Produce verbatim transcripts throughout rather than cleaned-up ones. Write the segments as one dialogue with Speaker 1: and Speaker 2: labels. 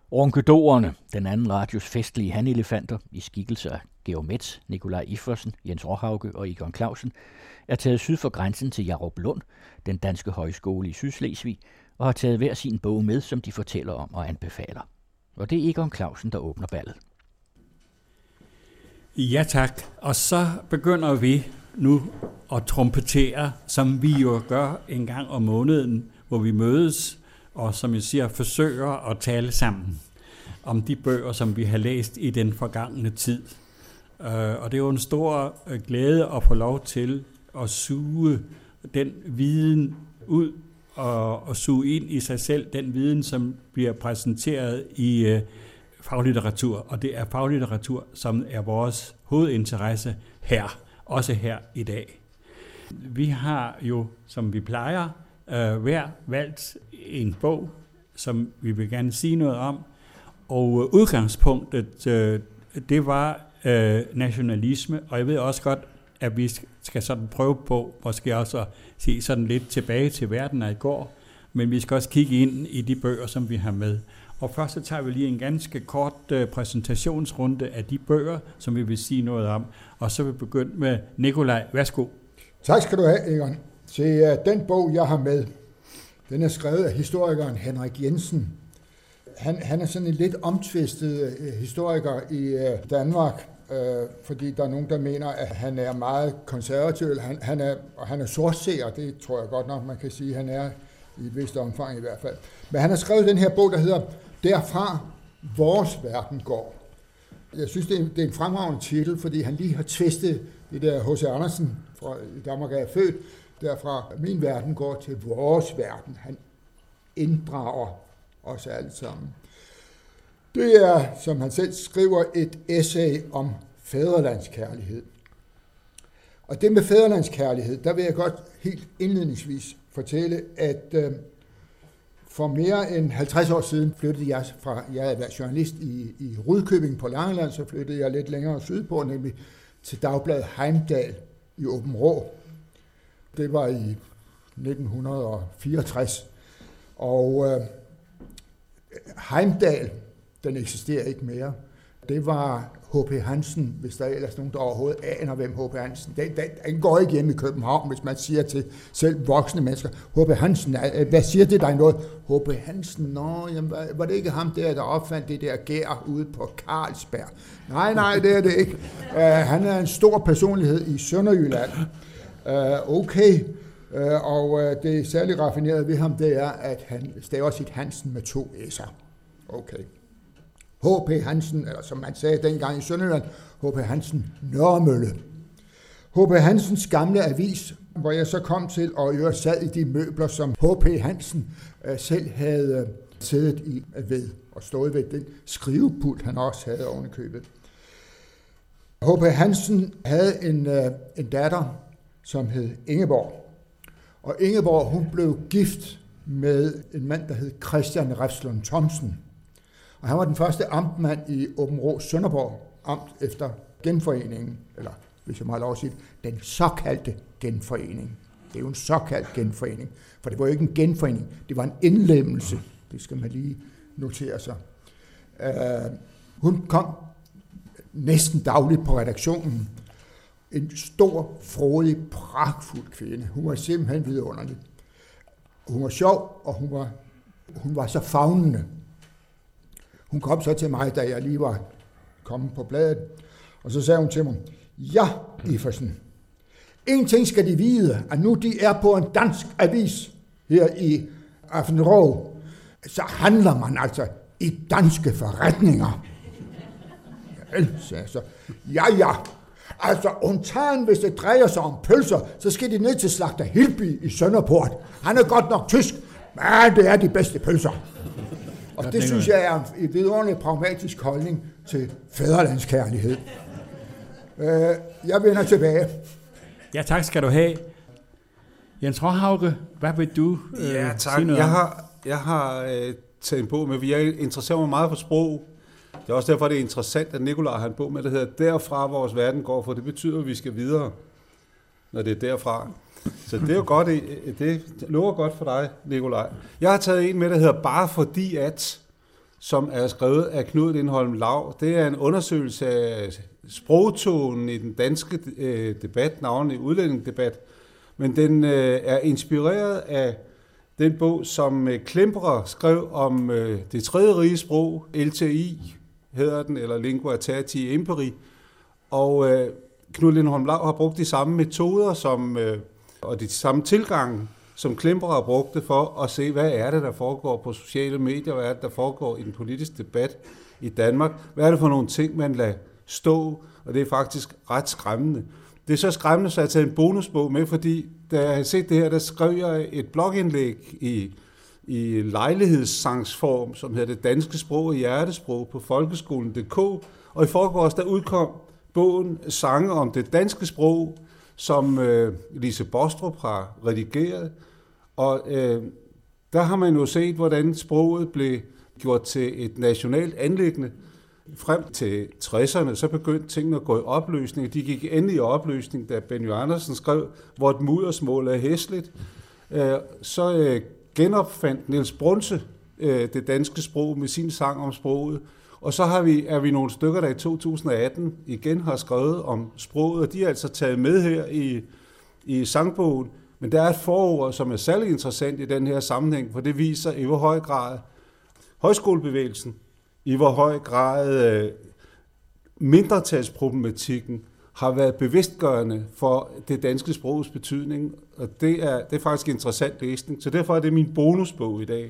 Speaker 1: Ronkedorerne, den anden radios festlige hanelefanter i skikkelse af Georg Metz, Nikolaj Ifersen, Jens Råhauke og Egon Clausen, er taget syd for grænsen til Jaruplund, den danske højskole i Sydslesvig, og har taget hver sin bog med, som de fortæller om og anbefaler. Og det er Egon Clausen, der åbner ballet.
Speaker 2: Ja tak, og så begynder vi nu at trompetere, som vi jo gør en gang om måneden, hvor vi mødes, og som jeg siger, forsøger at tale sammen om de bøger, som vi har læst i den forgangne tid. Og det er jo en stor glæde at få lov til at suge den viden ud og, og suge ind i sig selv, den viden, som bliver præsenteret i faglitteratur. Og det er faglitteratur, som er vores hovedinteresse her, også her i dag. Vi har jo, som vi plejer, øh, hver valgt en bog, som vi vil gerne sige noget om. Og udgangspunktet, øh, det var øh, nationalisme, og jeg ved også godt, at vi skal sådan prøve på, måske også at se sådan lidt tilbage til verden af i går, men vi skal også kigge ind i de bøger, som vi har med. Og først så tager vi lige en ganske kort øh, præsentationsrunde af de bøger, som vi vil sige noget om. Og så vil vi begynde med Nikolaj. Værsgo.
Speaker 3: Tak skal du have, Egon. Se, uh, den bog, jeg har med, den er skrevet af historikeren Henrik Jensen. Han, han er sådan en lidt omtvistet uh, historiker i uh, Danmark, uh, fordi der er nogen, der mener, at han er meget konservativ. Han, han er, og han er sortseer, det tror jeg godt nok, man kan sige, han er i et vist omfang i hvert fald. Men han har skrevet den her bog, der hedder Derfra vores verden går. Jeg synes, det er en, det er en fremragende titel, fordi han lige har tvistet det der H C Andersen, fra Danmark er jeg født, derfra min verden går til vores verden. Han inddrager os alle sammen. Det er, som han selv skriver, et essay om fædrelandskærlighed. Og det med fædrelandskærlighed, der vil jeg godt helt indledningsvis fortælle, at øh, for mere end halvtreds år siden flyttede jeg fra, jeg havde været journalist i, i Rudkøbing på Langeland, så flyttede jeg lidt længere sydpå, nemlig til Dagbladet Heimdal i Aabenraa. Det var i nitten fireogtres. Og øh, Heimdal, den eksisterer ikke mere. Det var H P Hansen, hvis der er ellers nogen, der overhovedet aner, hvem H P Hansen. Den, den, den går ikke hjemme i København, hvis man siger til selv voksne mennesker, H P Hansen, hvad siger det dig noget? H P Hansen, nå, jamen, var det ikke ham der, der opfandt det der gær ude på Carlsberg? Nej, nej, det er det ikke. Uh, han er en stor personlighed i Sønderjylland. Uh, okay, uh, og uh, det særligt raffinerede ved ham, det er, at han staver sit Hansen med to s'er. Okay. H P Hansen, eller som man sagde dengang i Sønderjylland, H P Hansen Nørremølle. H P Hansens gamle avis, hvor jeg så kom til og i øvrigt sad i de møbler, som H P Hansen uh, selv havde uh, siddet i uh, ved og stået ved den skrivepult, han også havde oven i købet. H P Hansen havde en, uh, en datter, som hed Ingeborg. Og Ingeborg, hun blev gift med en mand, der hed Christian Refslund Thomsen. Og han var den første amtmand i Aabenraa Sønderborg amt efter genforeningen, eller hvis jeg må have lov at sige det, den såkaldte genforening. Det er jo en såkaldt genforening, for det var jo ikke en genforening, det var en indlemmelse. Det skal man lige notere sig. Uh, hun kom næsten dagligt på redaktionen. En stor, frodig, pragtfuld kvinde. Hun var simpelthen vidunderlig. Hun var sjov, og hun var, hun var så favnende. Hun kom så til mig, da jeg lige var kommet på bladet, og så sagde hun til mig, ja, Ifersen, en ting skal de vide, at nu de er på en dansk avis her i Affenrå, så handler man altså i danske forretninger. Ja, sagde jeg så. Ja, ja. Altså, undtagen, hvis det drejer sig om pølser, så skal de ned til slagter Hilby i Sønderport. Han er godt nok tysk, men det er de bedste pølser. Og det synes jeg er en vidunderlig pragmatisk holdning til fædrelandskærlighed. Jeg vender tilbage.
Speaker 2: Ja, tak skal du have. Jens Råhauke, hvad vil du øh,
Speaker 4: ja, tak.
Speaker 2: sige noget
Speaker 4: jeg
Speaker 2: om?
Speaker 4: har, jeg har øh, taget en bog med, vi er interesseret mig meget for sprog. Det er også derfor, det er interessant, at Nikolaj har en bog med, der hedder Derfra vores verden går, for det betyder, at vi skal videre, når det er derfra. Så det er jo godt, det lover godt for dig, Nikolaj. Jeg har taget en med, der hedder Bare fordi at, som er skrevet af Knud Lindholm Lau. Det er en undersøgelse af sprogtonen i den danske øh, debat, navnlig udlændingedebat, men den øh, er inspireret af den bog, som øh, Klemperer skrev om øh, det tredje rige sprog, L T I hedder den, eller Lingua Tertii Imperii, og øh, Knud Lindholm Lau har brugt de samme metoder som, øh, og de samme tilgange, som Klemperer brugte for at se, hvad er det, der foregår på sociale medier, hvad er det, der foregår i den politiske debat i Danmark, hvad er det for nogle ting, man lader stå, og det er faktisk ret skræmmende. Det er så skræmmende, så jeg har taget en bonusbog med, fordi da jeg har set det her, der skrev jeg et blogindlæg i, i lejlighedssangsform, som hedder Det danske sprog og hjertesprog på folkeskolen punktum d k, og i forgårs der udkom bogen Sange om det danske sprog, som øh, Lise Bostrup har redigeret, og øh, der har man jo set, hvordan sproget blev gjort til et nationalt anliggende. Frem til tresserne, så begyndte tingene at gå i opløsning. De gik endelig i opløsning, da Benny Andersen skrev, hvor et muddersmål er hæsligt. Så genopfandt Niels Brunse det danske sprog med sin sang om sproget. Og så har vi, er vi nogle stykker, der i to tusind og atten igen har skrevet om sproget, og de er altså taget med her i, i sangbogen. Men der er et forord, som er særlig interessant i den her sammenhæng, for det viser i hvor høj grad højskolebevægelsen, i hvor høj grad øh, mindretalsproblematikken har været bevidstgørende for det danske sprogs betydning, og det er, det er faktisk interessant læsning, så derfor er det min bonusbog i dag.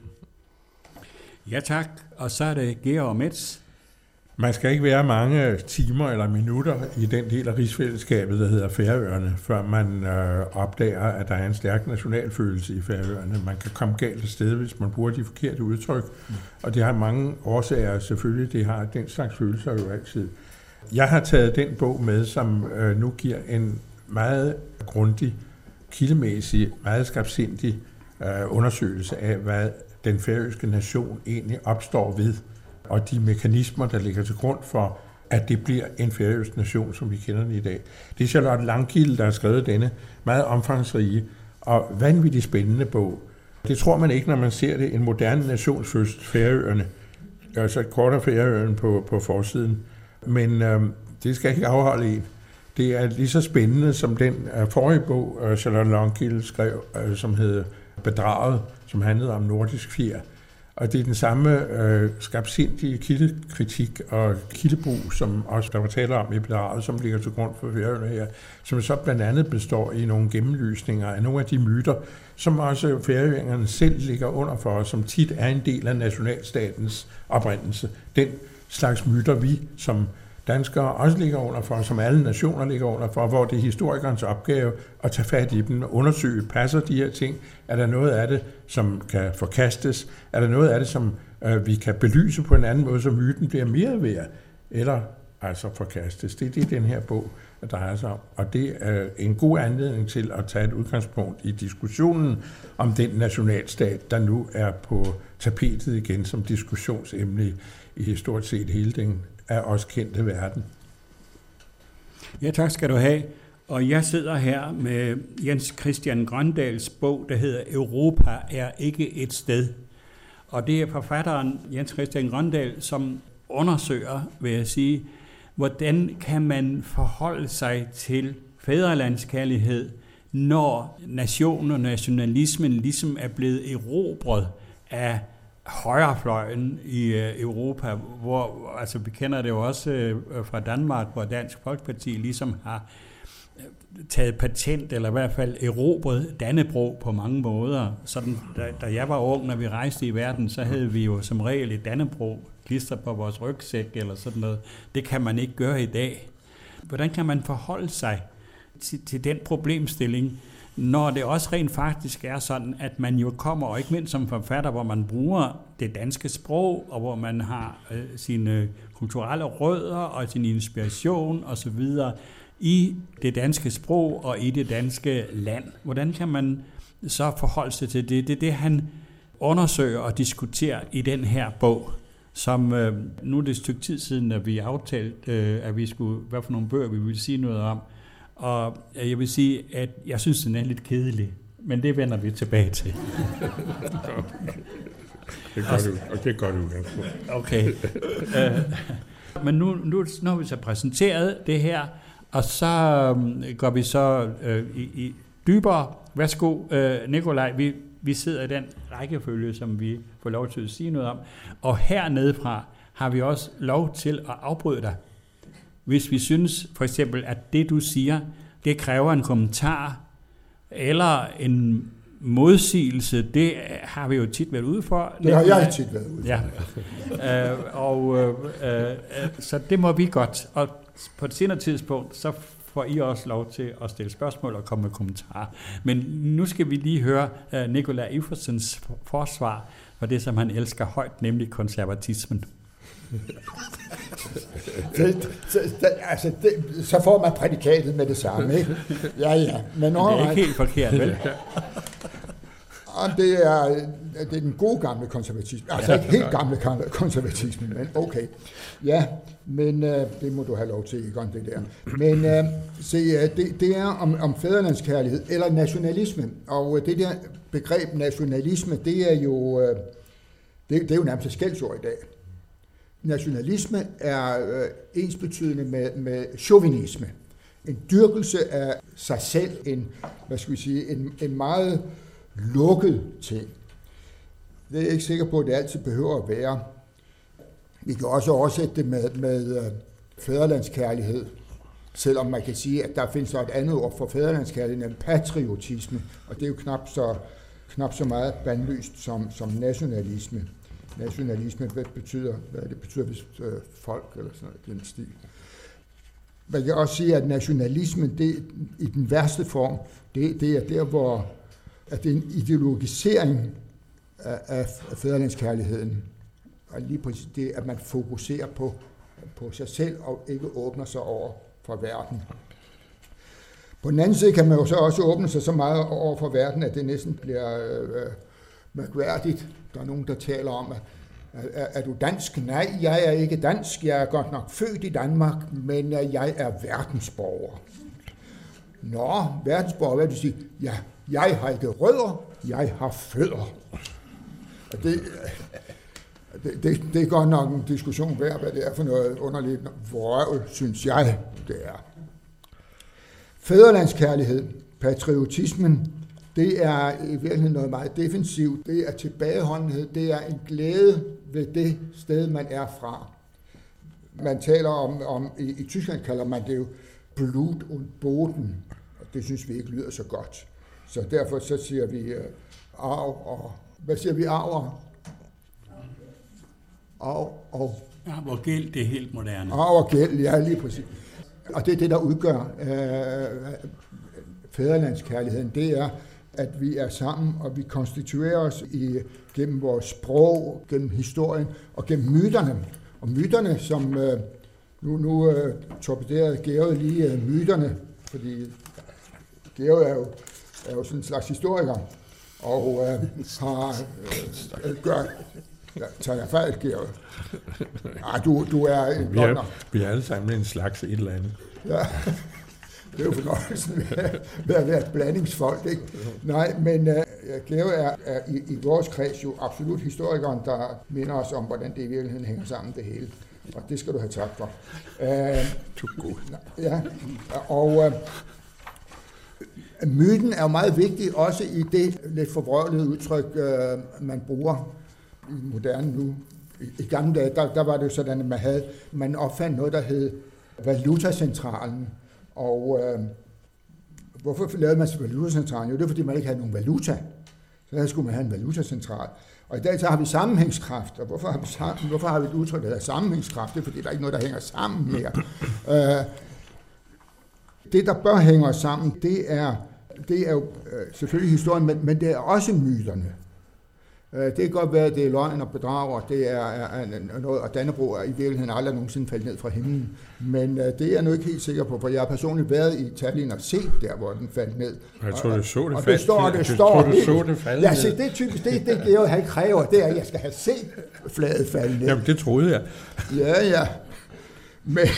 Speaker 2: Ja tak, og så er det Georg Metz.
Speaker 5: Man skal ikke være mange timer eller minutter i den del af rigsfællesskabet, der hedder Færøerne, før man øh, opdager, at der er en stærk nationalfølelse i Færøerne. Man kan komme galt af sted, hvis man bruger de forkerte udtryk, mm. og det har mange årsager selvfølgelig. Det har den slags følelser jo altid. Jeg har taget den bog med, som øh, nu giver en meget grundig, kildemæssig, meget skarpsindig øh, undersøgelse af, hvad den færøske nation egentlig opstår ved, og de mekanismer, der ligger til grund for, at det bliver en færøsk nation, som vi kender den i dag. Det er Charlotte Langkilde, der har skrevet denne meget omfangsrige og vanvittigt spændende bog. Det tror man ikke, når man ser det. En moderne nationsfødsel, Færøerne. Altså et kort af Færøerne på, på forsiden. Men øhm, det skal ikke afholde en. Det er lige så spændende som den øh, forrige bog, øh, Charlotte Langkilde skrev, øh, som hed Bedraget, som handlede om nordisk fjer. Og det er den samme øh, skarpsindige kildekritik og kildebrug, som også der var tale om i Bedraget, som ligger til grund for Færøerne her, som så blandt andet består i nogle gennemlysninger af nogle af de myter, som også færingerne selv ligger under for, som tit er en del af nationalstatens oprindelse. Den slags myter, vi som danskere også ligger under for, som alle nationer ligger under for, hvor det er historikernes opgave at tage fat i dem og undersøge, passer de her ting? Er der noget af det, som kan forkastes? Er der noget af det, som øh, vi kan belyse på en anden måde, så myten bliver mere værd? Eller altså forkastes? Det er det, den her bog drejer sig om. Og det er en god anledning til at tage et udgangspunkt i diskussionen om den nationalstat, der nu er på tapetet igen som diskussionsemne i stort set hele den af os kendte verden.
Speaker 2: Ja, tak skal du have. Og jeg sidder her med Jens Christian Grøndals bog, der hedder Europa er ikke et sted. Og det er forfatteren Jens Christian Grøndal, som undersøger, vil jeg sige, hvordan kan man forholde sig til fædrelandskærlighed, når nationen og nationalismen ligesom er blevet erobret af højrefløjen i øh, Europa, hvor, altså vi kender det jo også øh, fra Danmark, hvor Dansk Folkeparti ligesom har øh, taget patent, eller i hvert fald erobret Dannebrog på mange måder. Sådan, da, da jeg var ung, når vi rejste i verden, så havde vi jo som regel et Dannebrog klistret på vores rygsæk, eller sådan noget. Det kan man ikke gøre i dag. Hvordan kan man forholde sig til, til den problemstilling, når det også rent faktisk er sådan, at man jo kommer, og ikke mindst som forfatter, hvor man bruger det danske sprog, og hvor man har øh, sine kulturelle rødder og sin inspiration osv. i det danske sprog og i det danske land. Hvordan kan man så forholde sig til det? Det er det, han undersøger og diskuterer i den her bog, som øh, nu er det et stykke tid siden, at vi aftalte, øh, at vi skulle, hvad for nogle bøger vi ville sige noget om. Og jeg vil sige, at jeg synes, den er lidt kedelig, men det vender vi tilbage til.
Speaker 5: Det er godt, og det er godt udgangspunkt.
Speaker 2: Okay. øh, men nu, nu, nu har vi så præsenteret det her, og så øh, går vi så øh, i, i dybere. Værsgo, øh, Nikolaj, vi, vi sidder i den rækkefølge, som vi får lov til at sige noget om. Og hernede fra har vi også lov til at afbryde dig. Hvis vi synes for eksempel, at det du siger, det kræver en kommentar, eller en modsigelse, det har vi jo tit været ude for.
Speaker 3: Det har jeg tit været ude for.
Speaker 2: Ja. øh, og øh, øh, så det må vi godt. Og på et senere tidspunkt, så får I også lov til at stille spørgsmål og komme med kommentarer. Men nu skal vi lige høre uh, Nikolaj Iversens forsvar for det, som han elsker højt, nemlig konservatismen.
Speaker 3: det, så, det, altså det, så får man prædikatet med det samme, ikke? Ja, ja. Men,
Speaker 2: Men det er ikke helt forkert, vel?
Speaker 3: Og det er, det er den gode gamle konservatisme. Altså ikke helt gamle konservatisme, men okay. Ja, men øh, det må du have lov til, Egon, det der. Men øh, se, det, det er om, om fædrelandskærlighed eller nationalisme. Og det der begreb nationalisme, det er jo, øh, det, det er jo nærmest et skældsord i dag. Nationalisme er øh, ensbetydende med, med chauvinisme. En dyrkelse af sig selv, en, hvad skal vi sige, en, en meget lukket ting. Det er jeg ikke sikker på, at det altid behøver at være. Vi kan også oversætte det med, med uh, fædrelandskærlighed, selvom man kan sige, at der findes et andet ord for fædrelandskærlighed, nemlig patriotisme, og det er jo knap så, knap så meget bandlyst som, som nationalisme. Nationalisme betyder, hvad det betyder, hvis uh, folk eller sådan noget, den stil. Man kan også sige, at nationalismen, det, i den værste form, det, det er der, hvor at det er en ideologisering af, af fædrelandskærligheden. Og lige præcis det, at man fokuserer på, på sig selv og ikke åbner sig over for verden. På den anden side kan man jo så også åbne sig så meget over for verden, at det næsten bliver øh, mærkværdigt. Der er nogen, der taler om, at er, er du dansk? Nej, jeg er ikke dansk. Jeg er godt nok født i Danmark, men jeg er verdensborger. Nå, verdensborger, hvad vil du sige? Ja, jeg har ikke rødder, jeg har fødder. Og det, det, det, det er godt nok en diskussion værd, hvad det er for noget underligt vrøvl, synes jeg, det er. Fædrelandskærlighed, patriotismen, det er i virkeligheden noget meget defensivt. Det er tilbageholdenhed, det er en glæde ved det sted, man er fra. Man taler om, om i, i Tyskland kalder man det jo Blut und Boden, og det synes vi ikke lyder så godt. Så derfor så siger vi uh, arv og... Hvad siger vi? Arv og... og
Speaker 2: arv og gæld, det er helt moderne.
Speaker 3: Arv og gæld, ja, lige præcis. Og det er det, der udgør øh, fædrelandskærligheden. Det er, at vi er sammen, og vi konstituerer os i, gennem vores sprog, gennem historien og gennem myterne. Og myterne, som... Øh, nu nu øh, torpederede Georg lige øh, myterne, fordi Georg er jo er jo sådan en slags historiker, og øh, har øh, gør, ja, tager jeg fejl, Georg? Ah, du, du er en
Speaker 5: vi, er, vi er alle sammen en slags et eller andet.
Speaker 3: Ja, det er jo fornøjelsen ved, ved at være et blandingsfolk, ikke? Nej, men øh, Georg er, er i, i vores kreds jo absolut historikeren, der minder os om, hvordan det i virkeligheden hænger sammen, det hele. Og det skal du have tak for. Øh,
Speaker 5: du er god.
Speaker 3: Ja, og... Øh, myten er jo meget vigtig, også i det lidt forvrøvlede udtryk, øh, man bruger i moderne nu. I, i gamle dage, der, der var det jo sådan, at man, havde, man opfandt noget, der hed valutacentralen. Og øh, hvorfor lavede man valutacentralen? Jo, det er, fordi man ikke havde nogen valuta. Så der skulle man have en valutacentral. Og i dag så har vi sammenhængskraft. Og hvorfor har vi, sammen, hvorfor har vi et udtryk, der hedder sammenhængskraft? Det er, fordi der er ikke noget, der hænger sammen mere. øh, Det, der bør hænge os sammen, det er, det er jo øh, selvfølgelig historien, men, men det er også myterne. Øh, det kan godt være, at det er løgn og bedrag, og det er, er, er noget, og Dannebrog er i virkeligheden aldrig nogensinde faldet ned fra himlen. Men øh, det er jeg nu ikke helt sikker på, for jeg har personligt været i Tallinn og set der, hvor den faldt ned.
Speaker 5: Jeg tror, det så det
Speaker 3: og,
Speaker 5: faldt.
Speaker 3: Det står, det
Speaker 5: jeg
Speaker 3: står,
Speaker 5: tror, det så det faldt
Speaker 3: ned. Ja, se, det er typisk, det, det det jeg ikke kræver, det er, at jeg skal have set fladet falde ned.
Speaker 5: Jamen, det troede jeg.
Speaker 3: Ja, ja. Men...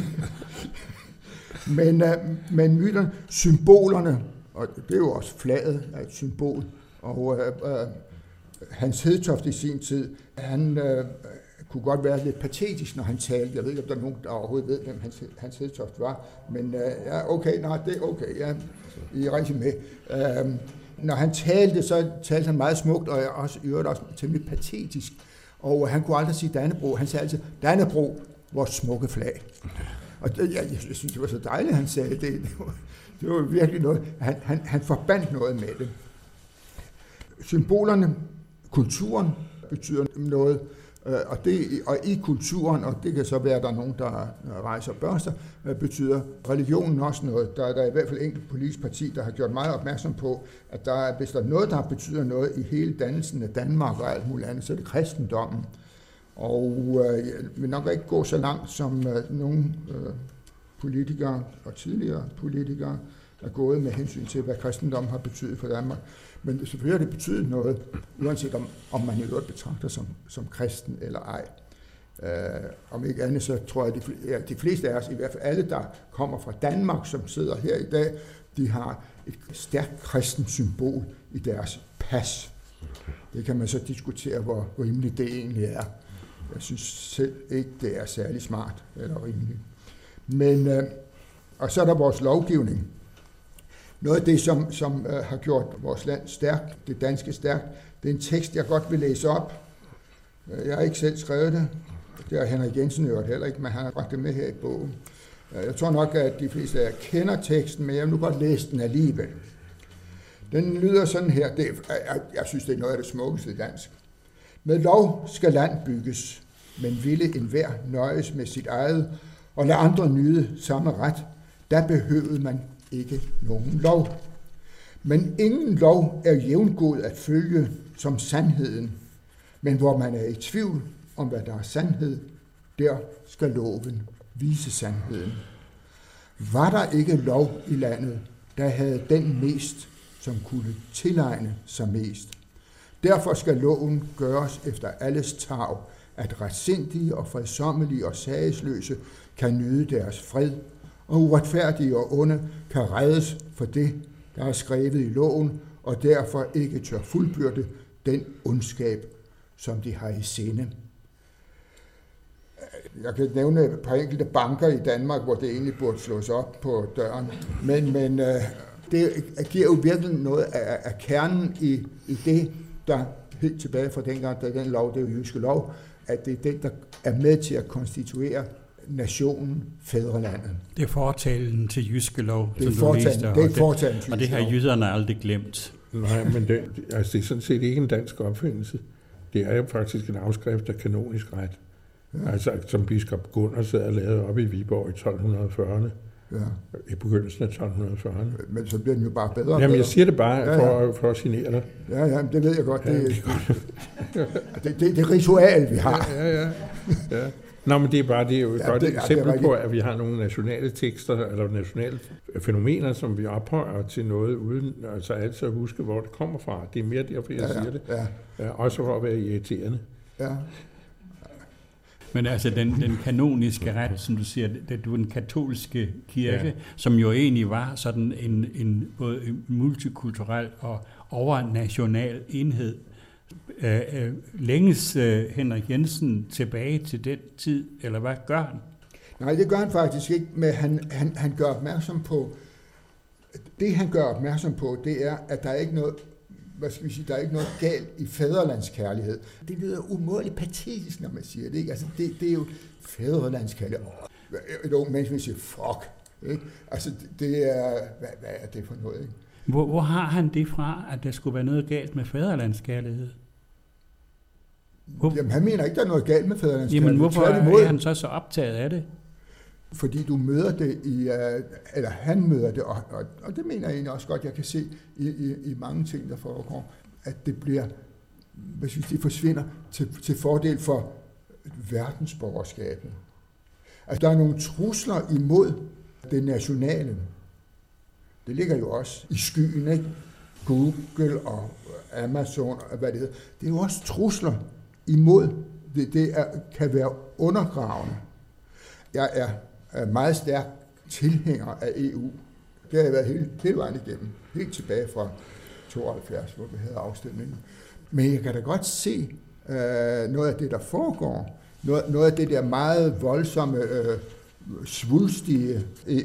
Speaker 3: Men, øh, men myterne, symbolerne, og det er jo også flaget af et symbol, og øh, øh, Hans Hedtoft i sin tid, han øh, kunne godt være lidt patetisk, når han talte. Jeg ved ikke, om der er nogen, der overhovedet ved, hvem Hans, Hans Hedtoft var. Men øh, ja, okay, nej, det er okay, ja, I er rigtig med. Øh, når han talte, så talte han meget smukt, og også, i øvrigt også temmelig patetisk. Og han kunne aldrig sige Dannebrog. Han sagde altid, Dannebrog, vores smukke flag. Og det, jeg, jeg synes, det var så dejligt, han sagde det. Det var, det var virkelig noget. Han, han, han forbandt noget med det. Symbolerne, kulturen betyder noget, og, det, og i kulturen, og det kan så være, at der er nogen, der rejser børster, betyder religionen også noget. Der er der i hvert fald enkelt politisk parti, der har gjort meget opmærksom på, at der er, hvis der er noget, der betyder noget i hele dannelsen af Danmark og alt muligt andet, så er det kristendommen. Og øh, jeg vil nok ikke gå så langt, som øh, nogle øh, politikere og tidligere politikere er gået med hensyn til, hvad kristendommen har betydet for Danmark. Men selvfølgelig har det betydet noget, uanset om, om man i øvrigt betragter som, som kristen eller ej. Øh, om ikke andet, så tror jeg, at de, ja, de fleste af os, i hvert fald alle, der kommer fra Danmark, som sidder her i dag, de har et stærkt kristent symbol i deres pas. Det kan man så diskutere, hvor rimeligt det egentlig er. Jeg synes selv ikke, det er særlig smart eller rimeligt. Men, øh, og så er der vores lovgivning. Noget af det, som, som øh, har gjort vores land stærkt, det danske stærkt, det er en tekst, jeg godt vil læse op. Jeg har ikke selv skrevet det. Det har Henrik Jensen hørt heller ikke, men han har bragt det med her i bogen. Jeg tror nok, at de fleste af jer kender teksten, men jeg vil nu godt læse den alligevel. Den lyder sådan her. Det, jeg, jeg synes, det er noget af det smukkeste dansk. Med lov skal land bygges, men ville enhver nøjes med sit eget, og lade andre nyde samme ret, der behøvede man ikke nogen lov. Men ingen lov er jævngod at følge som sandheden, men hvor man er i tvivl om, hvad der er sandhed, der skal loven vise sandheden. Var der ikke lov i landet, der havde den mest, som kunne tilegne sig mest. Derfor skal loven gøres efter alles tarv, at retsindige og fredsommelige og sagesløse kan nyde deres fred, og uretfærdige og onde kan reddes for det, der er skrevet i loven, og derfor ikke tør fuldbyrde den ondskab, som de har i sinde. Jeg kan nævne et par enkelte banker i Danmark, hvor det egentlig burde slås op på døren, men, men det giver jo virkelig noget af, af kernen i, i det, der helt tilbage fra dengang, da den lov, det er jo jyske lov, at det er den, der er med til at konstituere nationen, fædrelandet.
Speaker 2: Det er fortalen til jyske lov,
Speaker 3: det er
Speaker 2: som du læste,
Speaker 3: det er fortalen til
Speaker 2: og det har jyderne aldrig glemt.
Speaker 5: Nej, men det, altså det er sådan set ikke en dansk opfindelse. Det er jo faktisk en afskrift af kanonisk ret. Ja. Altså som biskop Gunnar sad og lavede op i Viborg i tolv fyrrerne. Ja. I begyndelsen af tolv fyrrerne.
Speaker 3: Men så bliver den jo bare bedre.
Speaker 5: Jamen, jeg siger det bare
Speaker 3: ja, ja.
Speaker 5: For, for at signere dig.
Speaker 3: Ja, ja, det ved jeg godt. Det,
Speaker 5: ja,
Speaker 3: det, det, det, det ritual, vi har.
Speaker 5: Ja, ja, ja. ja. Nå, men det er bare det er jo et ja, godt det, eksempel ja, på, at vi har nogle nationale tekster, eller nationale fænomener, som vi ophøjer til noget, uden altså altid at huske, hvor det kommer fra. Det er mere derfor, jeg ja, siger det. Ja. Ja, også for at være irriterende. Ja.
Speaker 2: Men altså den, den kanoniske ret, som du siger, det er den katolske kirke, ja. Som jo egentlig var sådan en, en både multikulturel og overnational enhed. Øh, øh, længes øh, Henrik Jensen tilbage til den tid, eller hvad gør han?
Speaker 3: Nej, det gør han faktisk ikke, men han, han, han gør opmærksom på, det han gør opmærksom på, det er, at der er ikke noget, hvad skal vi sige, der er ikke noget galt i fædrelandskærlighed. Det lyder umådeligt patetisk, når man siger det, ikke? Altså, det, det er jo fædrelandskærlighed. Et ung menneske vil sige, fuck, ikke? Altså, det er, hvad, hvad er det for noget, ikke?
Speaker 2: Hvor, hvor har han det fra, at der skulle være noget galt med fædrelandskærlighed?
Speaker 3: Hvor... Jamen, han mener ikke, der er noget galt med fædrelandskærlighed.
Speaker 2: Jamen, hvorfor er han så så optaget af det?
Speaker 3: Fordi du møder det i, eller han møder det, og, og, og det mener jeg egentlig også godt, jeg kan se i, i, i mange ting, der foregår, at det bliver, hvis det forsvinder til, til fordel for verdensborgerskabet. Altså, der er nogle trusler imod det nationale. Det ligger jo også i skyen, ikke? Google og Amazon og hvad det hedder. Det er jo også trusler imod. Det, det er, kan være undergravende. Jeg er, er meget stærk tilhænger af E U. Det har jeg været hele, hele vejen igennem. Helt tilbage fra tooghalvfjerds, hvor vi havde afstemningen. Men jeg kan da godt se øh, noget af det, der foregår. Noget, noget af det der meget voldsomme, øh, svulstige E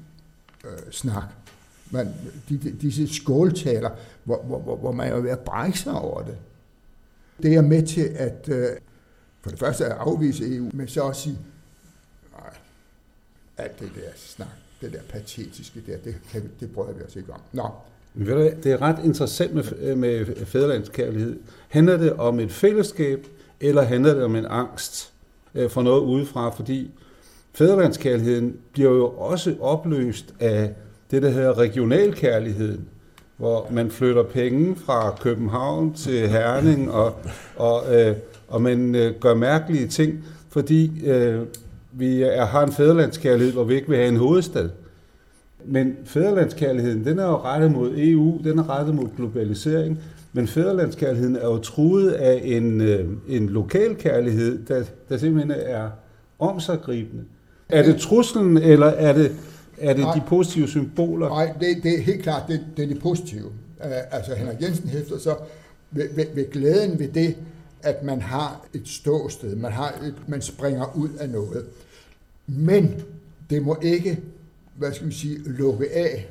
Speaker 3: U-snak. Man, de, de, disse skåltaler, hvor, hvor, hvor man er ved at brække sig over det. Det er med til at, øh, for det første at afvise E U, men så også sige, nej, alt det der snak, det der patetiske der, det, det, det prøver vi os ikke om. Nå.
Speaker 4: Det er ret interessant med, med fædrelandskærlighed. Handler det om et fællesskab, eller handler det om en angst for noget udefra? Fordi fædrelandskærligheden bliver jo også opløst af det, der hedder regionalkærligheden, hvor man flytter penge fra København til Herning, og, og, øh, og man øh, gør mærkelige ting, fordi øh, vi er, har en fædrelandskærlighed, hvor vi ikke vil have en hovedstad. Men fædrelandskærligheden, den er jo rettet mod E U, den er rettet mod globalisering, men fædrelandskærligheden er jo truet af en, øh, en lokal kærlighed, der, der simpelthen er omsaggribende. Er det truslen, eller er det, er det
Speaker 3: nej,
Speaker 4: de positive symboler?
Speaker 3: Nej, det, det er helt klart, det, det er det positive. Uh, altså Henrik Jensen hæfter så ved, ved, ved glæden ved det, at man har et ståsted, man, har et, man springer ud af noget. Men det må ikke, hvad skal vi sige, lukke af.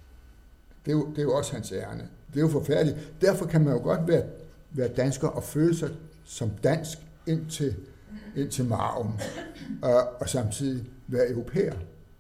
Speaker 3: Det er jo, det er jo også hans ærne. Det er jo forfærdeligt. Derfor kan man jo godt være, være dansker og føle sig som dansk indtil, indtil marven, og, og samtidig være europæer.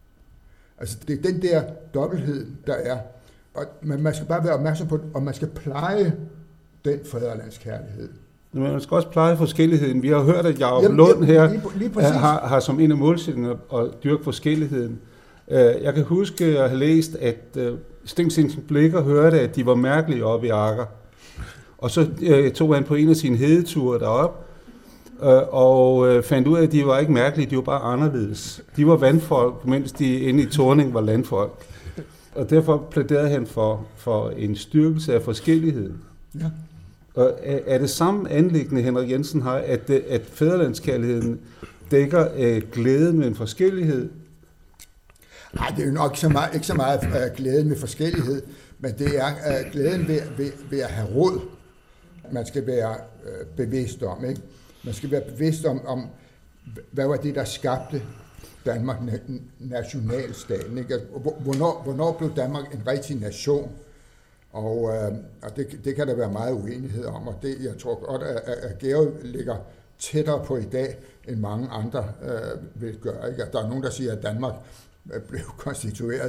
Speaker 3: Altså det er den der dobbelthed, der er. Og man, man skal bare være opmærksom på, og man skal pleje den fædrelandskærlighed.
Speaker 4: Men man skal også pleje forskelligheden. Vi har hørt, at Jacob Lund her lige, lige har, har som en af målsætningerne at dyrke forskelligheden. Jeg kan huske, at jeg har læst, at Sting Blicher hørte, at de var mærkelige oppe i Akker. Og så tog han på en af sine hedeture derop, og fandt ud af, at de var ikke mærkelige, de var bare anderledes. De var vandfolk, mens de inde i Thorning var landfolk. Og derfor plæderede han for, for en styrkelse af forskelligheden.
Speaker 3: Ja.
Speaker 4: Og er det samme anliggende, Henrik Jensen har, at, at fædrelandskærligheden dækker øh, glæden med en forskellighed?
Speaker 3: Nej, det er jo nok ikke så meget, ikke så meget uh, glæden med forskellighed, men det er uh, glæden ved, ved, ved at have råd. Man skal være uh, bevidst om, ikke? Man skal være bevidst om, om, hvad var det, der skabte Danmark nationalstaten, ikke? Hvornår, hvornår blev Danmark en rigtig nation? Og, øh, og det, det kan der være meget uenighed om, og det, jeg tror godt, at, at Georg ligger tættere på i dag, end mange andre øh, vil gøre. Ikke? At der er nogen, der siger, at Danmark blev konstitueret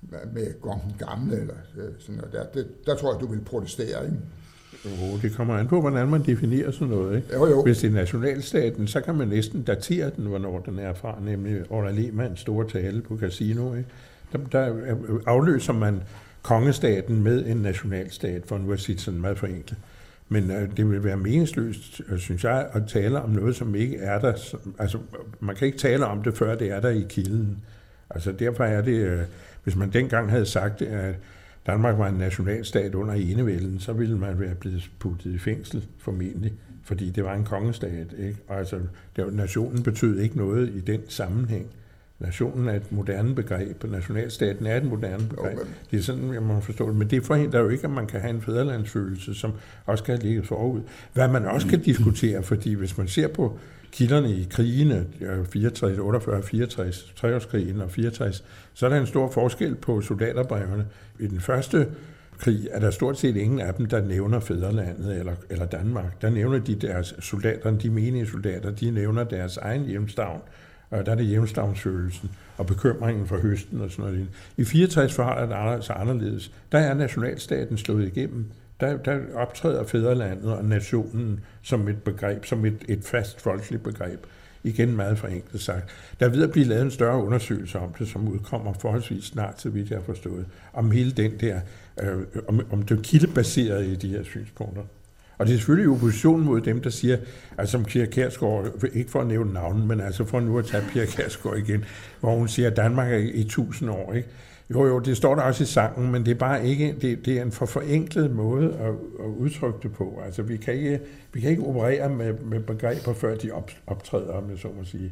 Speaker 3: med Gorm den Gamle, eller sådan noget der. Det, der tror jeg, du vil protestere, ikke?
Speaker 5: Jo, det kommer an på, hvordan man definerer sådan noget, ikke?
Speaker 3: Jo, jo.
Speaker 5: Hvis det er nationalstaten, så kan man næsten datere den, hvornår den er fra, nemlig Orla Lehmanns store tale på Casino, ikke? Der, der afløser man kongestaten med en nationalstat, for nu at sige sådan meget forenklet. Men øh, det vil være meningsløst, synes jeg, at tale om noget, som ikke er der. Altså, man kan ikke tale om det, før det er der i kilden. Altså, derfor er det, øh, hvis man dengang havde sagt, at Danmark var en nationalstat under enevælden, så ville man være blevet puttet i fængsel, formentlig, fordi det var en kongestat, ikke? Og altså, det var, nationen betød ikke noget i den sammenhæng. Nationen er et moderne begreb, og nationalstaten er et moderne begreb. Det er sådan, jeg må forstå det. Men det forhindrer jo ikke, at man kan have en fædrelandsfølelse, som også kan ligge forud. Hvad man også kan diskutere, fordi hvis man ser på kilderne i krigene, fireogtres, otteogfyrre, fireogtres, treårskrigen og fireogtres, så er der en stor forskel på soldaterbrevene. I den første krig er der stort set ingen af dem, der nævner fædrelandet eller, eller Danmark. Der nævner de deres soldater, de menige soldater, de nævner deres egen hjemstavn. Og der er det hjemstavnsfølelsen og bekymringen for høsten og sådan noget. I fireogtres forholder det altså anderledes. Der er nationalstaten slået igennem. Der, der optræder fædrelandet og nationen som et begreb, som et, et fast folkeligt begreb. Igen meget forenklet sagt. Der er ved at blive lavet en større undersøgelse om det, som udkommer forholdsvis snart, så vidt jeg har forstået, om hele den der, øh, om, om det kildebaserede i de her synspunkter. Og det er selvfølgelig i opposition mod dem, der siger, altså som Pia Kjærsgaard, ikke for at nævne navnen, men altså for nu at tage Pia Kjærsgaard igen, hvor hun siger, at Danmark er i tusind år, ikke? Jo, jo, det står der også i sangen, men det er bare ikke, det, det er en for forenklet måde at, at udtrykke det på. Altså, vi kan ikke, vi kan ikke operere med, med begreber, før de op, optræder, om det så må sige.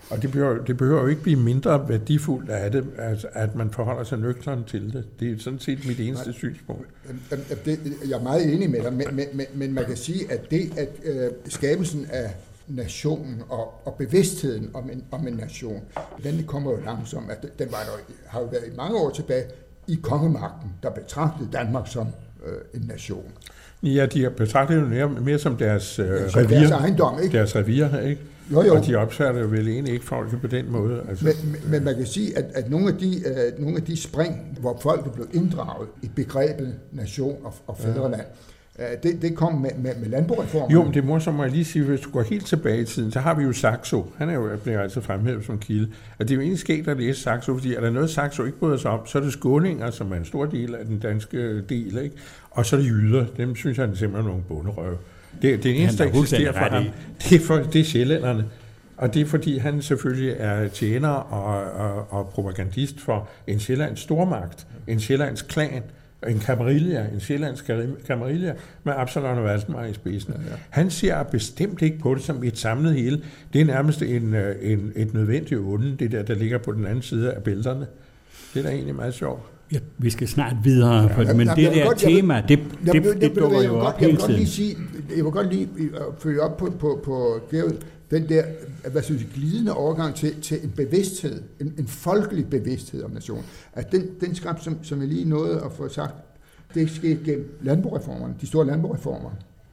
Speaker 5: Og det behøver, det behøver jo ikke blive mindre værdifuldt af det, altså, at man forholder sig nøgternt til det. Det er sådan set mit eneste Nej. synspunkt.
Speaker 3: Det, jeg er meget enig med dig, men, men, men, men man kan sige, at det, at øh, skabelsen af nationen og, og bevidstheden om en, om en nation, den kommer jo langsomt. At den var der, har jo været i mange år tilbage i kongemagten, der betragtede Danmark som øh, en nation.
Speaker 5: Ja, de har betragtet det mere, mere som deres øh,
Speaker 3: ja,
Speaker 5: revir.
Speaker 3: Deres ejendom, ikke?
Speaker 5: Deres revir, ikke?
Speaker 3: Jo, jo.
Speaker 5: Og de opfatter jo vel egentlig ikke folk på den måde. Altså.
Speaker 3: Men, men, men man kan sige, at, at nogle, af de, uh, nogle af de spring, hvor folk er blevet inddraget i begrebet nation og, og fædreland, ja. uh, det, det kom med, med, med landboreformen.
Speaker 5: Jo, men det må så må jeg lige sige, hvis du går helt tilbage i tiden, så har vi jo Saxo. Han er jo blevet altså fremhævet som kilde. Og det er jo egentlig sket at læse Saxo, fordi er der noget Saxo ikke bryder sig om, så er det skåninger, som er en stor del af den danske del, ikke? Og så er det jyder. Dem synes jeg, det er simpelthen nogle bunderøve. Det, det eneste, der eksisterer for ham, det er, for, det er sjællænderne. Og det er, fordi han selvfølgelig er tjener og, og, og propagandist for en sjællands stormagt, en sjællands klan, en kamarilla, en sjællands kamarilla med Absalon og Valdemar i spidsen. Ja, ja. Han ser bestemt ikke på det som et samlet hele. Det er nærmest en, en, et nødvendigt onde, det der, der ligger på den anden side af bælterne. Det er da egentlig meget sjovt.
Speaker 2: Ja, vi skal snart videre, ja. for, men det der godt, tema, det, det, det, det, det dukker jo op hele tiden.
Speaker 3: Sige, jeg vil godt lige følge op på, på, på den der, hvad synes jeg, glidende overgang til, til en bevidsthed, en, en folkelig bevidsthed om nationen. At den, den skab, som, som jeg lige nåede at få sagt, det skete gennem landboreformerne, de store landboreformer.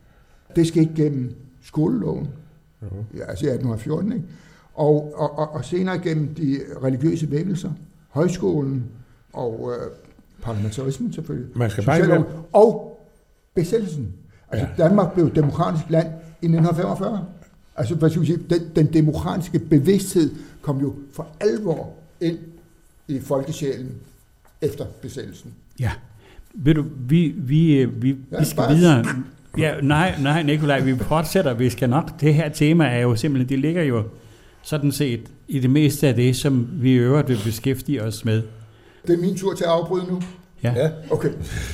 Speaker 3: Det skete gennem skoleloven, uh-huh. ja, altså i atten fjorten, ikke? Og, og, og, og senere gennem de religiøse vækkelser, højskolen, og øh, parlamentarismen selvfølgelig.
Speaker 5: Man skal bare ikke...
Speaker 3: Og besættelsen. Altså ja. Danmark blev et demokratisk land i nitten femogfyrre. Altså hvad skal vi sige, den, den demokratiske bevidsthed kom jo for alvor ind i folkesjælen efter besættelsen.
Speaker 2: Ja, ved du, vi, vi, vi, ja, vi skal bare... videre. Ja, nej, nej, Nikolaj, vi fortsætter, vi skal nok. Det her tema er jo simpelthen, det ligger jo sådan set i det meste af det, som vi i øvrigt vil beskæftige os med.
Speaker 3: Det er min tur til at afbryde nu?
Speaker 2: Ja.
Speaker 4: ja.
Speaker 3: Okay.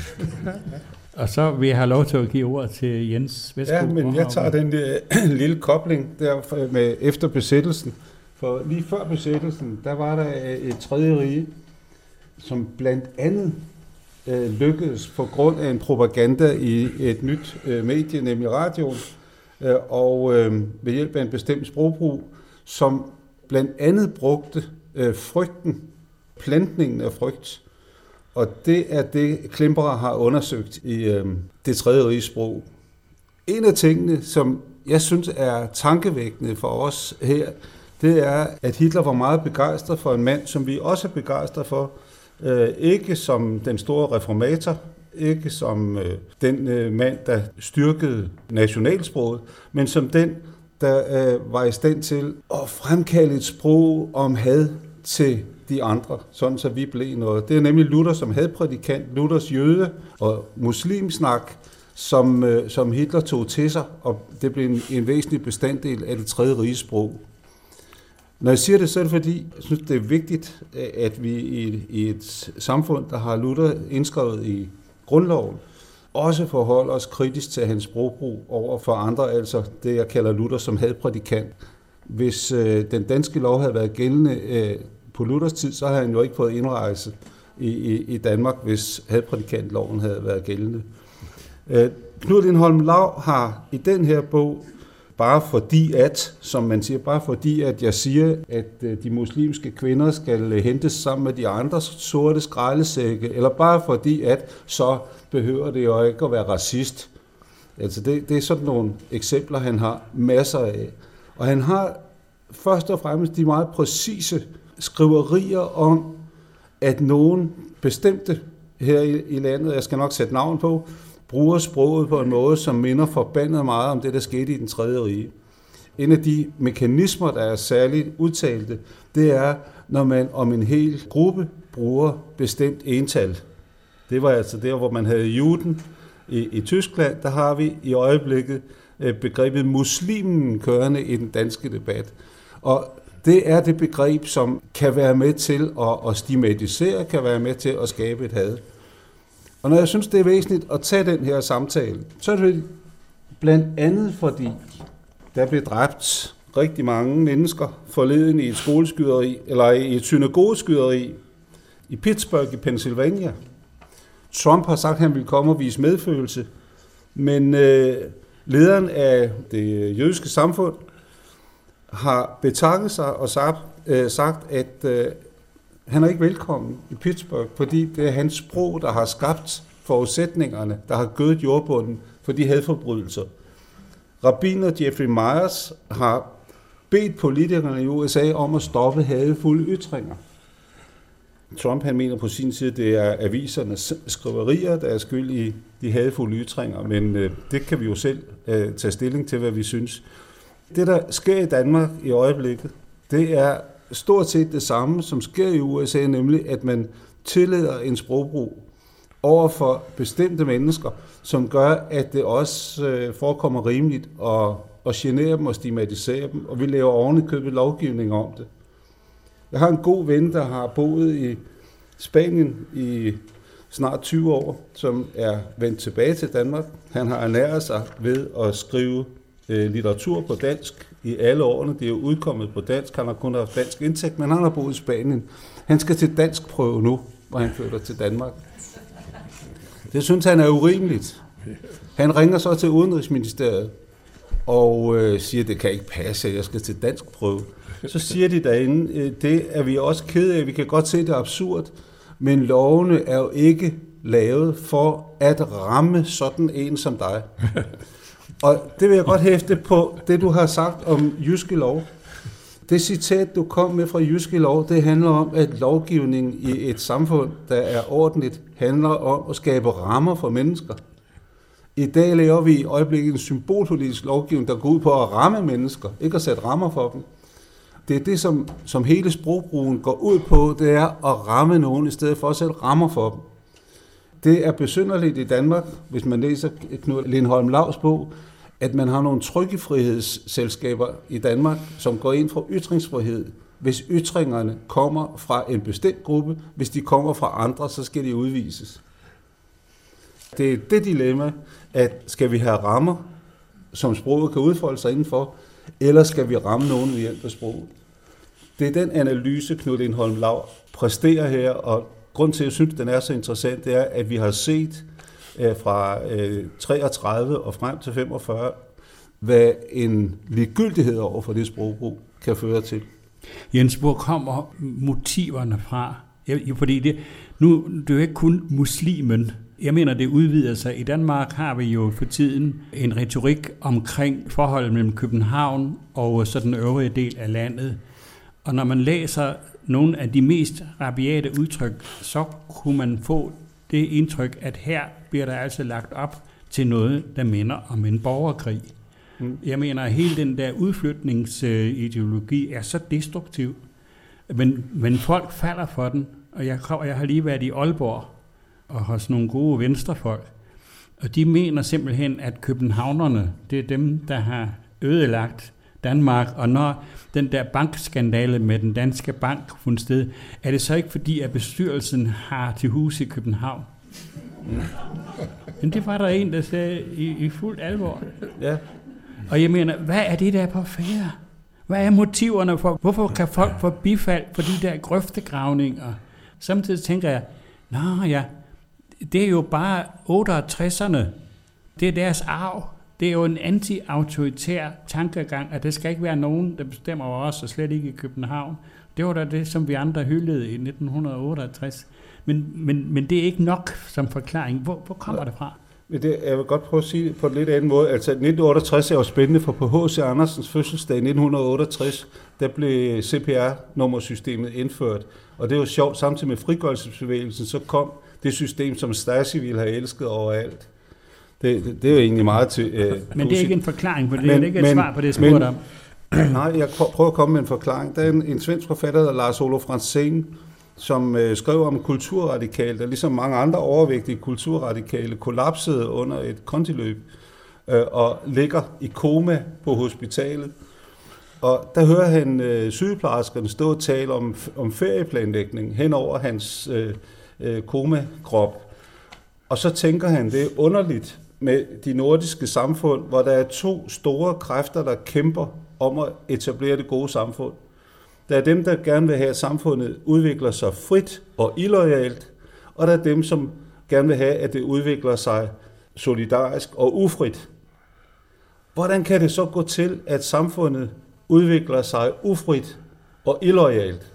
Speaker 2: Og så vil jeg have lov til at give ordet til Jens Værsgo.
Speaker 4: Ja, men jeg tager den der lille kobling der med efter besættelsen. For lige før besættelsen, der var der et tredje rige, som blandt andet øh, lykkedes på grund af en propaganda i et nyt øh, medie, nemlig radioen, øh, og øh, ved hjælp af en bestemt sprogbrug, som blandt andet brugte øh, frygten, plantningen af frygt. Og det er det, Klemperer har undersøgt i øh, det tredje rigssprog. En af tingene, som jeg synes er tankevækkende for os her, det er, at Hitler var meget begejstret for en mand, som vi også er begejstret for. Øh, ikke som den store reformator, ikke som øh, den øh, mand, der styrkede nationalsproget, men som den, der øh, var i stand til at fremkalde et sprog om had til de andre, sådan så vi blev noget. Det er nemlig Luther som hadprædikant, Luthers jøde og muslimsnak, som, øh, som Hitler tog til sig, og det blev en, en væsentlig bestanddel af det tredje rigssprog. Når jeg siger det, så er det fordi, jeg synes, det er vigtigt, at vi i, i et samfund, der har Luther indskrevet i grundloven, også forholder os kritisk til hans sprogbrug over for andre, altså det, jeg kalder Luther som hadprædikant. Hvis øh, den danske lov havde været gældende øh, på Luthers tid, så havde han jo ikke fået indrejse i, i, i Danmark, hvis hadprædikantloven havde været gældende. Øh, Knud Lindholm Lau har i den her bog, bare fordi at, som man siger, bare fordi at jeg siger, at øh, de muslimske kvinder skal hentes sammen med de andre sorte skraldesække, eller bare fordi at, så behøver det jo ikke at være racist. Altså det, det er sådan nogle eksempler, han har masser af. Og han har først og fremmest de meget præcise skriverier om, at nogen bestemte her i, i landet, jeg skal nok sætte navn på, bruger sproget på en måde, som minder forbandet meget om det, der skete i den tredje rige. En af de mekanismer, der er særligt udtalte, det er, når man om en hel gruppe bruger bestemt ental. Det var altså der, hvor man havde juden i, i Tyskland. Der har vi i øjeblikket begrebet muslimen kørende i den danske debat. Og det er det begreb, som kan være med til at, at stigmatisere, kan være med til at skabe et had. Og når jeg synes, det er væsentligt at tage den her samtale, så er det blandt andet fordi, der blev dræbt rigtig mange mennesker forleden i et skoleskyderi, eller i et synagogeskyderi i Pittsburgh i Pennsylvania. Trump har sagt, at han ville komme og vise medfølelse, men øh, lederen af det jødiske samfund har betakket sig og sagt, øh, sagt at øh, han er ikke velkommen i Pittsburgh, fordi det er hans sprog, der har skabt forudsætningerne, der har gødet jordbunden for de hadforbrydelser. Rabbiner Jeffrey Myers har bedt politikerne i U S A om at stoppe hadefulde ytringer. Trump han mener på sin side, det er avisernes skriverier, der er skyld i de hadefulde ytringer, men øh, det kan vi jo selv øh, tage stilling til, hvad vi synes. Det, der sker i Danmark i øjeblikket, det er stort set det samme, som sker i U S A, nemlig at man tillader en sprogbrug over for bestemte mennesker, som gør, at det også øh, forekommer rimeligt at, at genere dem og stigmatisere dem, og vi laver ovenikøbet lovgivning om det. Jeg har en god ven, der har boet i Spanien i snart tyve år, som er vendt tilbage til Danmark. Han har ernæret sig ved at skrive øh, litteratur på dansk i alle årene. Det er jo udkommet på dansk. Han har kun haft dansk indtægt, men han har boet i Spanien. Han skal til dansk prøve nu, hvor han flytter til Danmark. Det synes han er urimeligt. Han ringer så til Udenrigsministeriet og øh, siger, at det kan ikke passe, at jeg skal til dansk prøve. Så siger de derinde, øh, det er vi også ked af, vi kan godt se, det er absurd, men lovene er jo ikke lavet for at ramme sådan en som dig. Og det vil jeg godt hæfte på, det du har sagt om Jyske Lov. Det citat, du kom med fra Jyske Lov, det handler om, at lovgivningen i et samfund, der er ordentligt, handler om at skabe rammer for mennesker. I dag laver vi i øjeblikket en symbolpolitisk lovgivning, der går ud på at ramme mennesker, ikke at sætte rammer for dem. Det er det, som, som hele sprogbrugen går ud på, det er at ramme nogen, i stedet for at sætte rammer for dem. Det er besynderligt i Danmark, hvis man læser Knud Lindholm Lavs bog, at man har nogle trykkefrihedsselskaber i Danmark, som går ind for ytringsfrihed. Hvis ytringerne kommer fra en bestemt gruppe, hvis de kommer fra andre, så skal de udvises. Det er det dilemma, at skal vi have rammer, som sproget kan udfolde sig indenfor, eller skal vi ramme nogen ved hjælp af sproget? Det er den analyse, Knud Lindholm Lav præsterer her, og grund til, at jeg synes, den er så interessant, det er, at vi har set øh, fra øh, treogtredive og frem til femogfyrre, hvad en ligegyldighed over for det sprogbrug kan føre til.
Speaker 2: Jens, hvor kommer motiverne fra? Jeg, fordi det, nu det er jo ikke kun muslimen. Jeg mener, det udvider sig. I Danmark har vi jo for tiden en retorik omkring forholdet mellem København og så den øvrige del af landet. Og når man læser nogle af de mest rabiate udtryk, så kunne man få det indtryk, at her bliver der altså lagt op til noget, der minder om en borgerkrig. Mm. Jeg mener, at hele den der udflytningsideologi er så destruktiv, men, men folk falder for den. Og jeg, jeg har lige været i Aalborg og hos nogle gode venstrefolk, og de mener simpelthen, at københavnerne, det er dem, der har ødelagt Danmark, og når den der bankskandale med den danske bank fundet sted, er det så ikke fordi, at bestyrelsen har til hus i København? Mm. Men det var der en, der sagde i, i fuldt alvor.
Speaker 4: Ja.
Speaker 2: Og jeg mener, hvad er det der på færre? Hvad er motiverne for, hvorfor kan folk få bifald for de der grøftegravninger? Samtidig tænker jeg, nå ja, det er jo bare otteogtresserne. Det er deres arv. Det er jo en anti-autoritær tankegang, at det skal ikke være nogen, der bestemmer over os, og slet ikke i København. Det var da det, som vi andre hyldede i nitten otteogtres. Men, men, men det er ikke nok som forklaring. Hvor, hvor kommer det fra?
Speaker 4: Det, jeg vil godt prøve at sige det på en lidt anden måde. Altså nitten otteogtres er jo spændende, for på H C Andersens fødselsdag i nitten otteogtres, der blev C P R-nummersystemet indført. Og det er jo sjovt, samtidig med frigørelsesbevægelsen, så kom det system, som Stasi ville have elsket overalt. Det, det, det er jo egentlig meget til... Øh,
Speaker 2: men det er ikke en forklaring på det, men, det er ikke et men, svar på det, jeg spurgte om.
Speaker 4: Nej, jeg prøver at komme med en forklaring. Der er en, en svensk forfatter, der Lars Olof Franzén, som øh, skrev om kulturradikale, der ligesom mange andre overvægtige kulturradikale kollapsede under et kontiløb øh, og ligger i koma på hospitalet. Og der hører han øh, sygeplejerskerne stå og tale om, om ferieplanlægning hen over hans øh, øh, komakrop. Og så tænker han, det er underligt med de nordiske samfund, hvor der er to store kræfter, der kæmper om at etablere det gode samfund. Der er dem, der gerne vil have, at samfundet udvikler sig frit og illoyalt, og der er dem, som gerne vil have, at det udvikler sig solidarisk og ufrit. Hvordan kan det så gå til, at samfundet udvikler sig ufrit og illoyalt?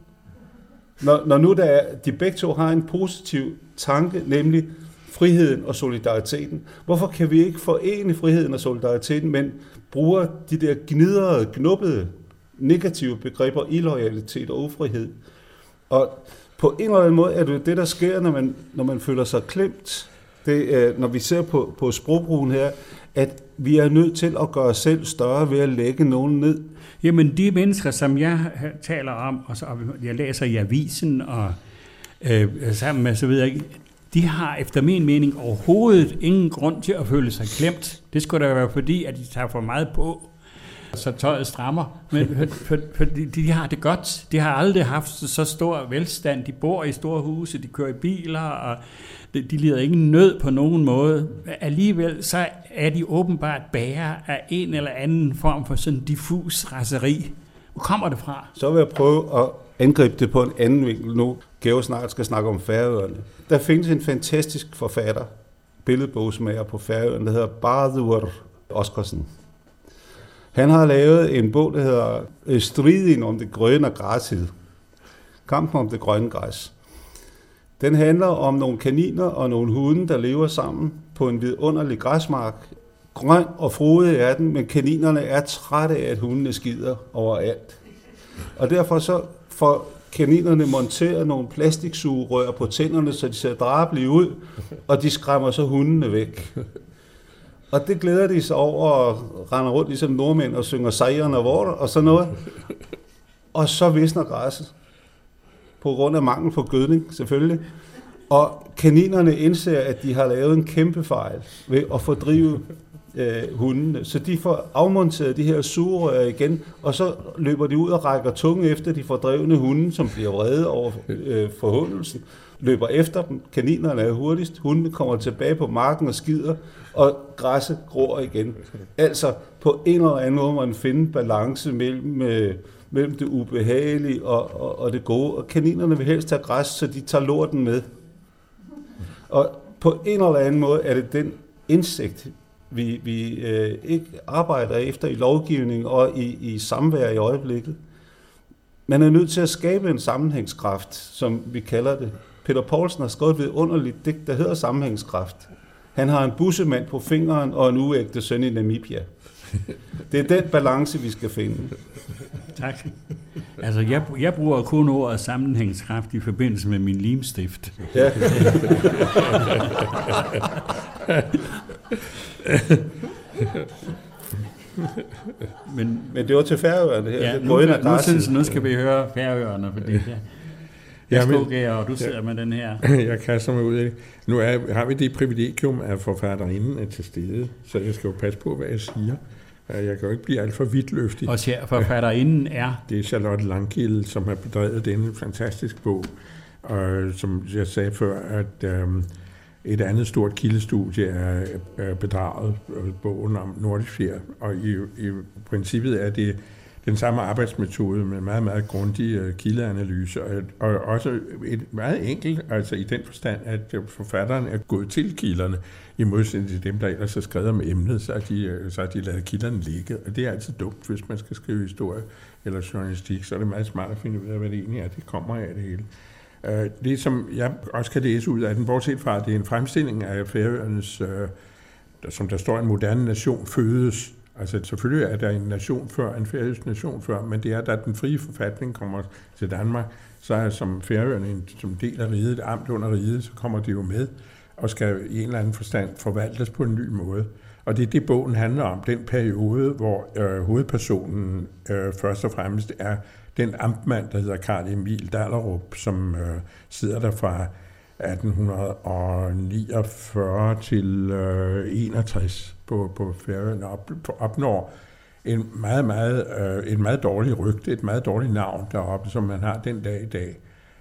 Speaker 4: Når, når nu der er, de begge to har en positiv tanke, nemlig friheden og solidariteten. Hvorfor kan vi ikke forene friheden og solidariteten, men bruger de der gnidrede, knuppede, negative begreber, illoyalitet og ufrihed? Og på en eller anden måde er det det, der sker, når man, når man føler sig klemt. Det er, når vi ser på, på sprogbrugen her, at vi er nødt til at gøre os selv større ved at lægge nogen ned.
Speaker 2: Jamen de mennesker, som jeg taler om, og så jeg læser i avisen og øh, sammen med så videre, de har efter min mening overhovedet ingen grund til at føle sig klemt. Det skulle da være fordi, at de tager for meget på, så tøjet strammer. Men for, for, for de, de har det godt. De har aldrig haft så stor velstand. De bor i store huse, de kører i biler, og de, de lider ingen nød på nogen måde. Alligevel så er de åbenbart bærer af en eller anden form for sådan diffus raseri. Hvor kommer det fra?
Speaker 4: Så vil jeg prøve at angribe det på en anden vinkel nu. Georg snart skal snakke om Færøerne. Der findes en fantastisk forfatter, billedbogsmager på Færøerne, der hedder Bárður Oscarsen. Han har lavet en bog, der hedder Striden om det grønne græshed. Kampen om det grønne græs. Den handler om nogle kaniner og nogle hunde, der lever sammen på en vidunderlig græsmark. Grøn og frodig er den, men kaninerne er trætte af, at hundene skider overalt. Og derfor så får kaninerne monteret nogle plastiksugerør på tænderne, så de ser drabelige ud, og de skræmmer så hundene væk. Og det glæder de sig over og render rundt ligesom nordmænd og synger sejren og vorter og sådan noget. Og så visner græsset. På grund af mangel på gødning, selvfølgelig. Og kaninerne indser, at de har lavet en kæmpe fejl ved at fordrive øh, hundene. Så de får afmonteret de her sugerør igen, og så løber de ud og rækker tungen efter de fordrevne hunde, som bliver vrede over øh, forhåndelsen. Løber efter dem. Kaninerne er hurtigst. Hundene kommer tilbage på marken og skider, og græsset gror igen. Altså på en eller anden måde må man finde balance mellem, øh, mellem det ubehagelige og, og, og det gode. Og kaninerne vil helst have græs, så de tager lorten med. Og på en eller anden måde er det den indsigt, vi, vi øh, ikke arbejder efter i lovgivning og i, i samvær i øjeblikket. Man er nødt til at skabe en sammenhængskraft, som vi kalder det. Peter Poulsen har skrevet et vidunderligt digt, der hedder Sammenhængskraft. Han har en bussemand på fingeren og en uægte søn i Namibia. Det er den balance, vi skal finde.
Speaker 2: Tak. Altså, jeg, jeg bruger kun ordet sammenhængskraft i forbindelse med min limstift.
Speaker 4: Ja. men, men det var til Færøerne her.
Speaker 2: Ja, nu, nu, nu synes nu skal vi høre Færøerne, fordi det jeg ja, og du sidder ja, med den her.
Speaker 5: Jeg kaster mig ud af det. Nu er, har vi det privilegium, at forfatterinden er til stede, så jeg skal jo passe på, hvad jeg siger. Jeg kan jo ikke blive alt for vidtløftig.
Speaker 2: Og forfatterinden er?
Speaker 5: Det er Charlotte Langkilde, som har bedrevet denne fantastisk bog. Og som jeg sagde før, at øhm, et andet stort kildestudie er, er bedraget, bogen om Nordisk Fjer. Og i, i princippet er det den samme arbejdsmetode med meget, meget grundig uh, kildeanalyse, og, og også et meget enkelt, altså i den forstand, at forfatteren er gået til kilderne, i modsætning til dem, der ellers har skrevet om emnet, så har de, så har de ladet kilderne ligge, og det er altid dumt, hvis man skal skrive historie eller journalistik, så er det meget smart at finde ud af, hvad det egentlig er, det kommer af det hele. Uh, det, som jeg også kan læse ud af den, bortset fra, at det er en fremstilling af Færøernes, uh, der, som der står, en moderne nation fødes. Altså selvfølgelig er der en nation før, en færøsk nation før, men det er, da den frie forfatning kommer til Danmark, så er som Færøerne som del af riget, et amt under riget, så kommer det jo med og skal i en eller anden forstand forvaltes på en ny måde. Og det er det, bogen handler om, den periode, hvor øh, hovedpersonen øh, først og fremmest er den amtmand, der hedder Karl Emil Dahlerup, som øh, sidder der fra atten niogfyrre til øh, enogtres på, på Færøerne, op, opnår en meget, meget, øh, et meget dårligt rygte, et meget dårligt navn deroppe, som man har den dag i dag.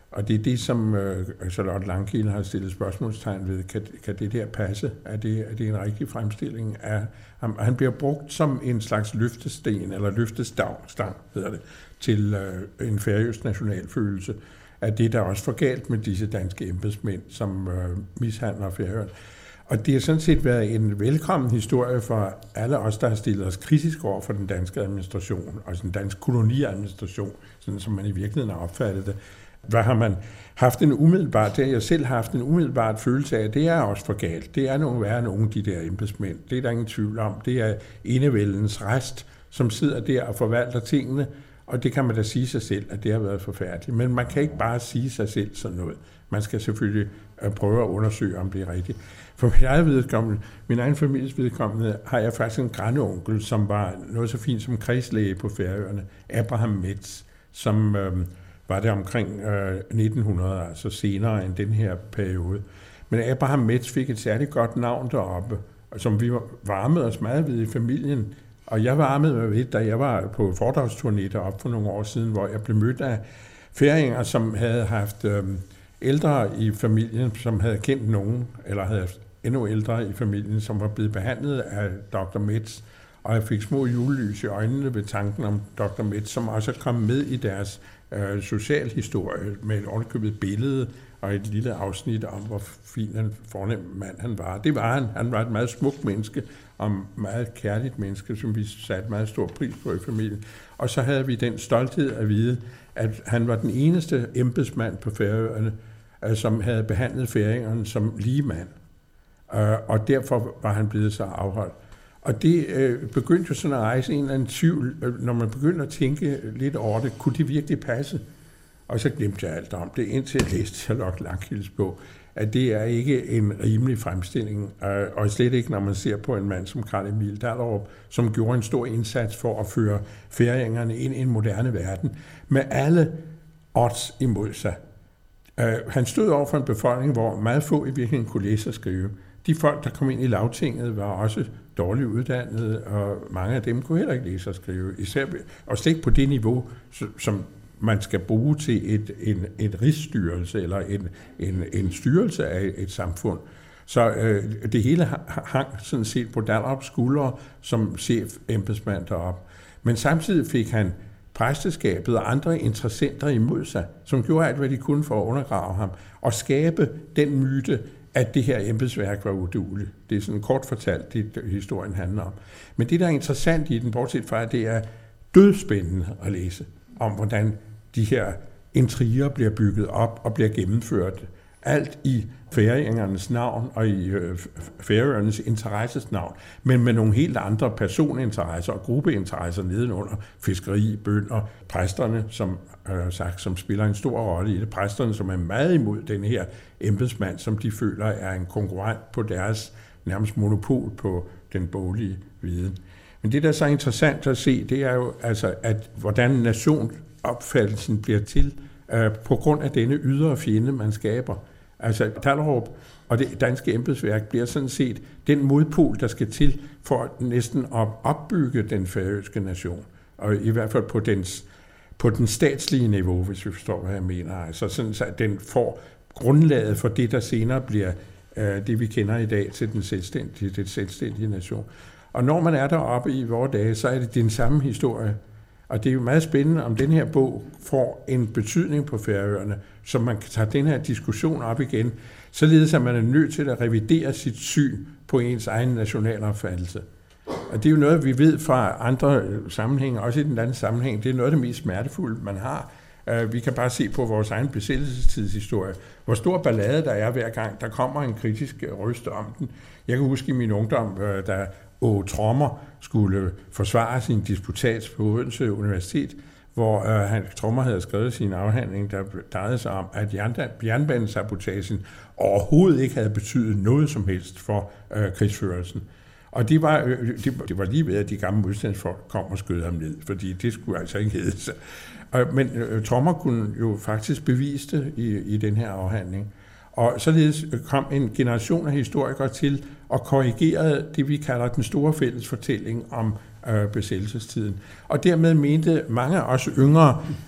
Speaker 5: Og det er det, som øh, Charlotte Langkiel har stillet spørgsmålstegn ved. Kan, kan det der passe? Er det, er det en rigtig fremstilling af ham? Han bliver brugt som en slags løftesten, eller løftestang, stang, hedder det, til øh, en færøsk nationalfølelse. At det der er også for galt med disse danske embedsmænd, som øh, mishandler Færøerne. Og det har sådan set været en velkommen historie for alle os, der har stillet os kritisk over for den danske administration, altså den danske koloniadministration, sådan som man i virkeligheden har opfattet det. Hvad har man haft en umiddelbart, det har jeg selv haft en umiddelbart følelse af, det er også for galt. Det er nogle værre nogle de der embedsmænd. Det er der ingen tvivl om. Det er enevældens rest, som sidder der og forvalter tingene, og det kan man da sige sig selv, at det har været forfærdeligt. Men man kan ikke bare sige sig selv sådan noget. Man skal selvfølgelig prøve at undersøge, om det er rigtigt. For min egen vedkommende, min egen families vedkommende, har jeg faktisk en grandonkel, som var noget så fint som kredslæge på Færøerne, Abraham Metz, som øh, var der omkring øh, nitten hundrede, altså senere end den her periode. Men Abraham Metz fik et særligt godt navn deroppe, som vi varmede os meget ved i familien. Og jeg varmede mig ved, da jeg var på foredragsturné deroppe for nogle år siden, hvor jeg blev mødt af færinger, som havde haft øh, ældre i familien, som havde kendt nogen, eller havde haft endnu ældre i familien, som var blevet behandlet af doktor Metz. Og jeg fik små julelys i øjnene ved tanken om doktor Metz, som også kom med i deres øh, socialhistorie med et ordentligt billede og et lille afsnit om, hvor fin en fornem mand han var. Det var han. Han var et meget smukt menneske og meget kærligt menneske, som vi satte meget stor pris på i familien. Og så havde vi den stolthed at vide, at han var den eneste embedsmand på Færøerne, øh, som havde behandlet færingerne som ligemand. Øh, og derfor var han blevet så afholdt. Og det øh, begyndte jo sådan at rejse en eller anden tvivl, når man begyndte at tænke lidt over det, kunne det virkelig passe? Og så glemte jeg alt om det, indtil jeg læste Charlotte Langkiels bog, at det er ikke en rimelig fremstilling, øh, og slet ikke, når man ser på en mand som Carl Emil Dahlerup, som gjorde en stor indsats for at føre færingerne ind i en moderne verden, med alle odds imod sig. Øh, han stod over for en befolkning, hvor meget få i virkeligheden kunne læse og skrive. De folk, der kom ind i Lagtinget, var også dårligt uddannede, og mange af dem kunne heller ikke læse og skrive. Især, og slet ikke på det niveau, som man skal bruge til et, en, en rigsstyrelse, eller en, en, en styrelse af et samfund. Så øh, det hele hang sådan set på Dahlerups skuldre som chef embedsmand derop. Men samtidig fik han præsteskabet og andre interessenter imod sig, som gjorde alt, hvad de kunne for at undergrave ham, og skabe den myte, at det her embedsværk var udueligt. Det er sådan kort fortalt, det historien handler om. Men det, der er interessant i den, bortset fra, at det er dødspændende at læse om, hvordan de her intriger bliver bygget op og bliver gennemført. Alt i færingernes navn og i øh, færøernes interesses navn, men med nogle helt andre personinteresser og gruppeinteresser nedenunder. Fiskeri, bønder, præsterne, som øh, sagt, som spiller en stor rolle i det. Præsterne, som er meget imod den her embedsmand, som de føler er en konkurrent på deres nærmest monopol på den boglige viden. Men det, der er så interessant at se, det er jo, altså, at hvordan nationopfattelsen bliver til øh, på grund af denne ydre fjende, man skaber. Altså, Dahlerup og det danske embedsværk bliver sådan set den modpol, der skal til for næsten at opbygge den færøske nation. Og i hvert fald på, dens, på den statslige niveau, hvis vi forstår, hvad jeg mener. Altså sådan, så den får grundlaget for det, der senere bliver øh, det, vi kender i dag til den selvstændige, det selvstændige nation. Og når man er deroppe i vores dage, så er det den samme historie. Og det er jo meget spændende, om den her bog får en betydning på Færøerne, så man kan tage den her diskussion op igen, således at man er nødt til at revidere sit syn på ens egen nationalopfattelse. Og det er jo noget, vi ved fra andre sammenhænge, også i den anden sammenhæng. Det er noget af det mest smertefulde, man har. Vi kan bare se på vores egen besættelsestidshistorie, hvor stor ballade der er hver gang, der kommer en kritisk røst om den. Jeg kan huske i min ungdom, da Åge Trommer skulle forsvare sin disputats på Odense Universitet, hvor øh, han, Trommer havde skrevet sin afhandling, der drejede sig om, at jernbanesabotagen overhovedet ikke havde betydet noget som helst for øh, krigsførelsen. Og det var, øh, det, det var lige ved, at de gamle modstandsfolk kom og skød ham ned, fordi det skulle altså ikke hedde sig. Øh, men øh, Trommer kunne jo faktisk bevise det i, i den her afhandling. Og således kom en generation af historikere til og korrigerede det, vi kalder den store fælles fortælling om øh, besættelsestiden. Og dermed mente mange af os yngre,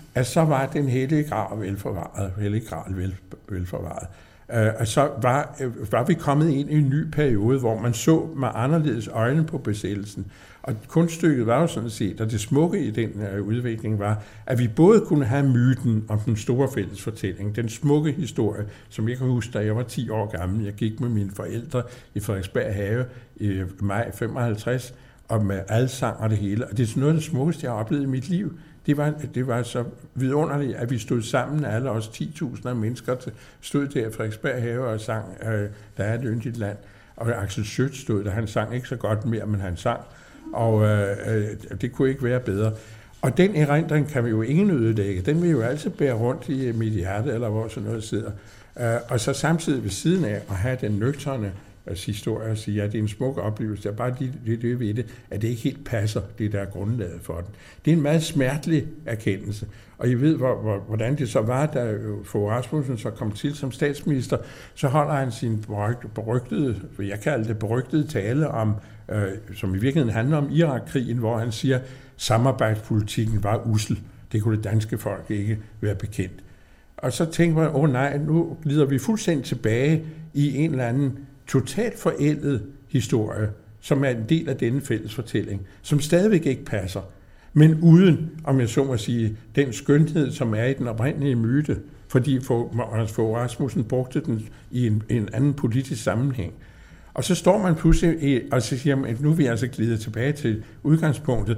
Speaker 5: at så var den hellige grav velforvaret, hellige grav vel, velforvaret. Og så var, var vi kommet ind i en ny periode, hvor man så med anderledes øjne på besættelsen. Og kunststykket var jo sådan set, og det smukke i den udvikling var, at vi både kunne have myten om den store fælles fortælling, den smukke historie, som jeg kan huske, da jeg var ti år gammel. Jeg gik med mine forældre i Frederiksberg Have i maj femoghalvtreds, og med alsang og det hele. Og det er sådan noget af det smukkeste, jeg har oplevet i mit liv. Det var, det var så vidunderligt, at vi stod sammen, alle os ti tusinder af mennesker, stod der i Frederiksberg Have og sang, øh, der er et yndigt land. Og Axel Schødt stod der, han sang ikke så godt mere, men han sang, og øh, øh, det kunne ikke være bedre. Og den erindring kan vi jo ingen ødelægge, den vil jo altid bære rundt i mit hjerte, eller hvor sådan noget sidder. Øh, og så samtidig ved siden af at have den nøgterne historie og sige, at det er en smuk oplevelse. Det er bare det, det, det ved det, at det ikke helt passer, det der er grundlaget for den. Det er en meget smertelig erkendelse. Og I ved, hvor, hvor, hvordan det så var, da Fogh Rasmussen så kom til som statsminister, så holder han sin berygtede, jeg kalder det berygtede tale om, øh, som i virkeligheden handler om Irak-krigen, hvor han siger, at samarbejdspolitikken var ussel. Det kunne det danske folk ikke være bekendt. Og så tænker man, åh oh, nej, nu glider vi fuldstændig tilbage i en eller anden totalt forældet historie, som er en del af denne fælles fortælling, som stadigvæk ikke passer, men uden, om jeg så må sige, den skønhed, som er i den oprindelige myte, fordi Fogh Rasmussen brugte den i en, en anden politisk sammenhæng. Og så står man pludselig i, og så siger man, at nu er vi altså glidet tilbage til udgangspunktet.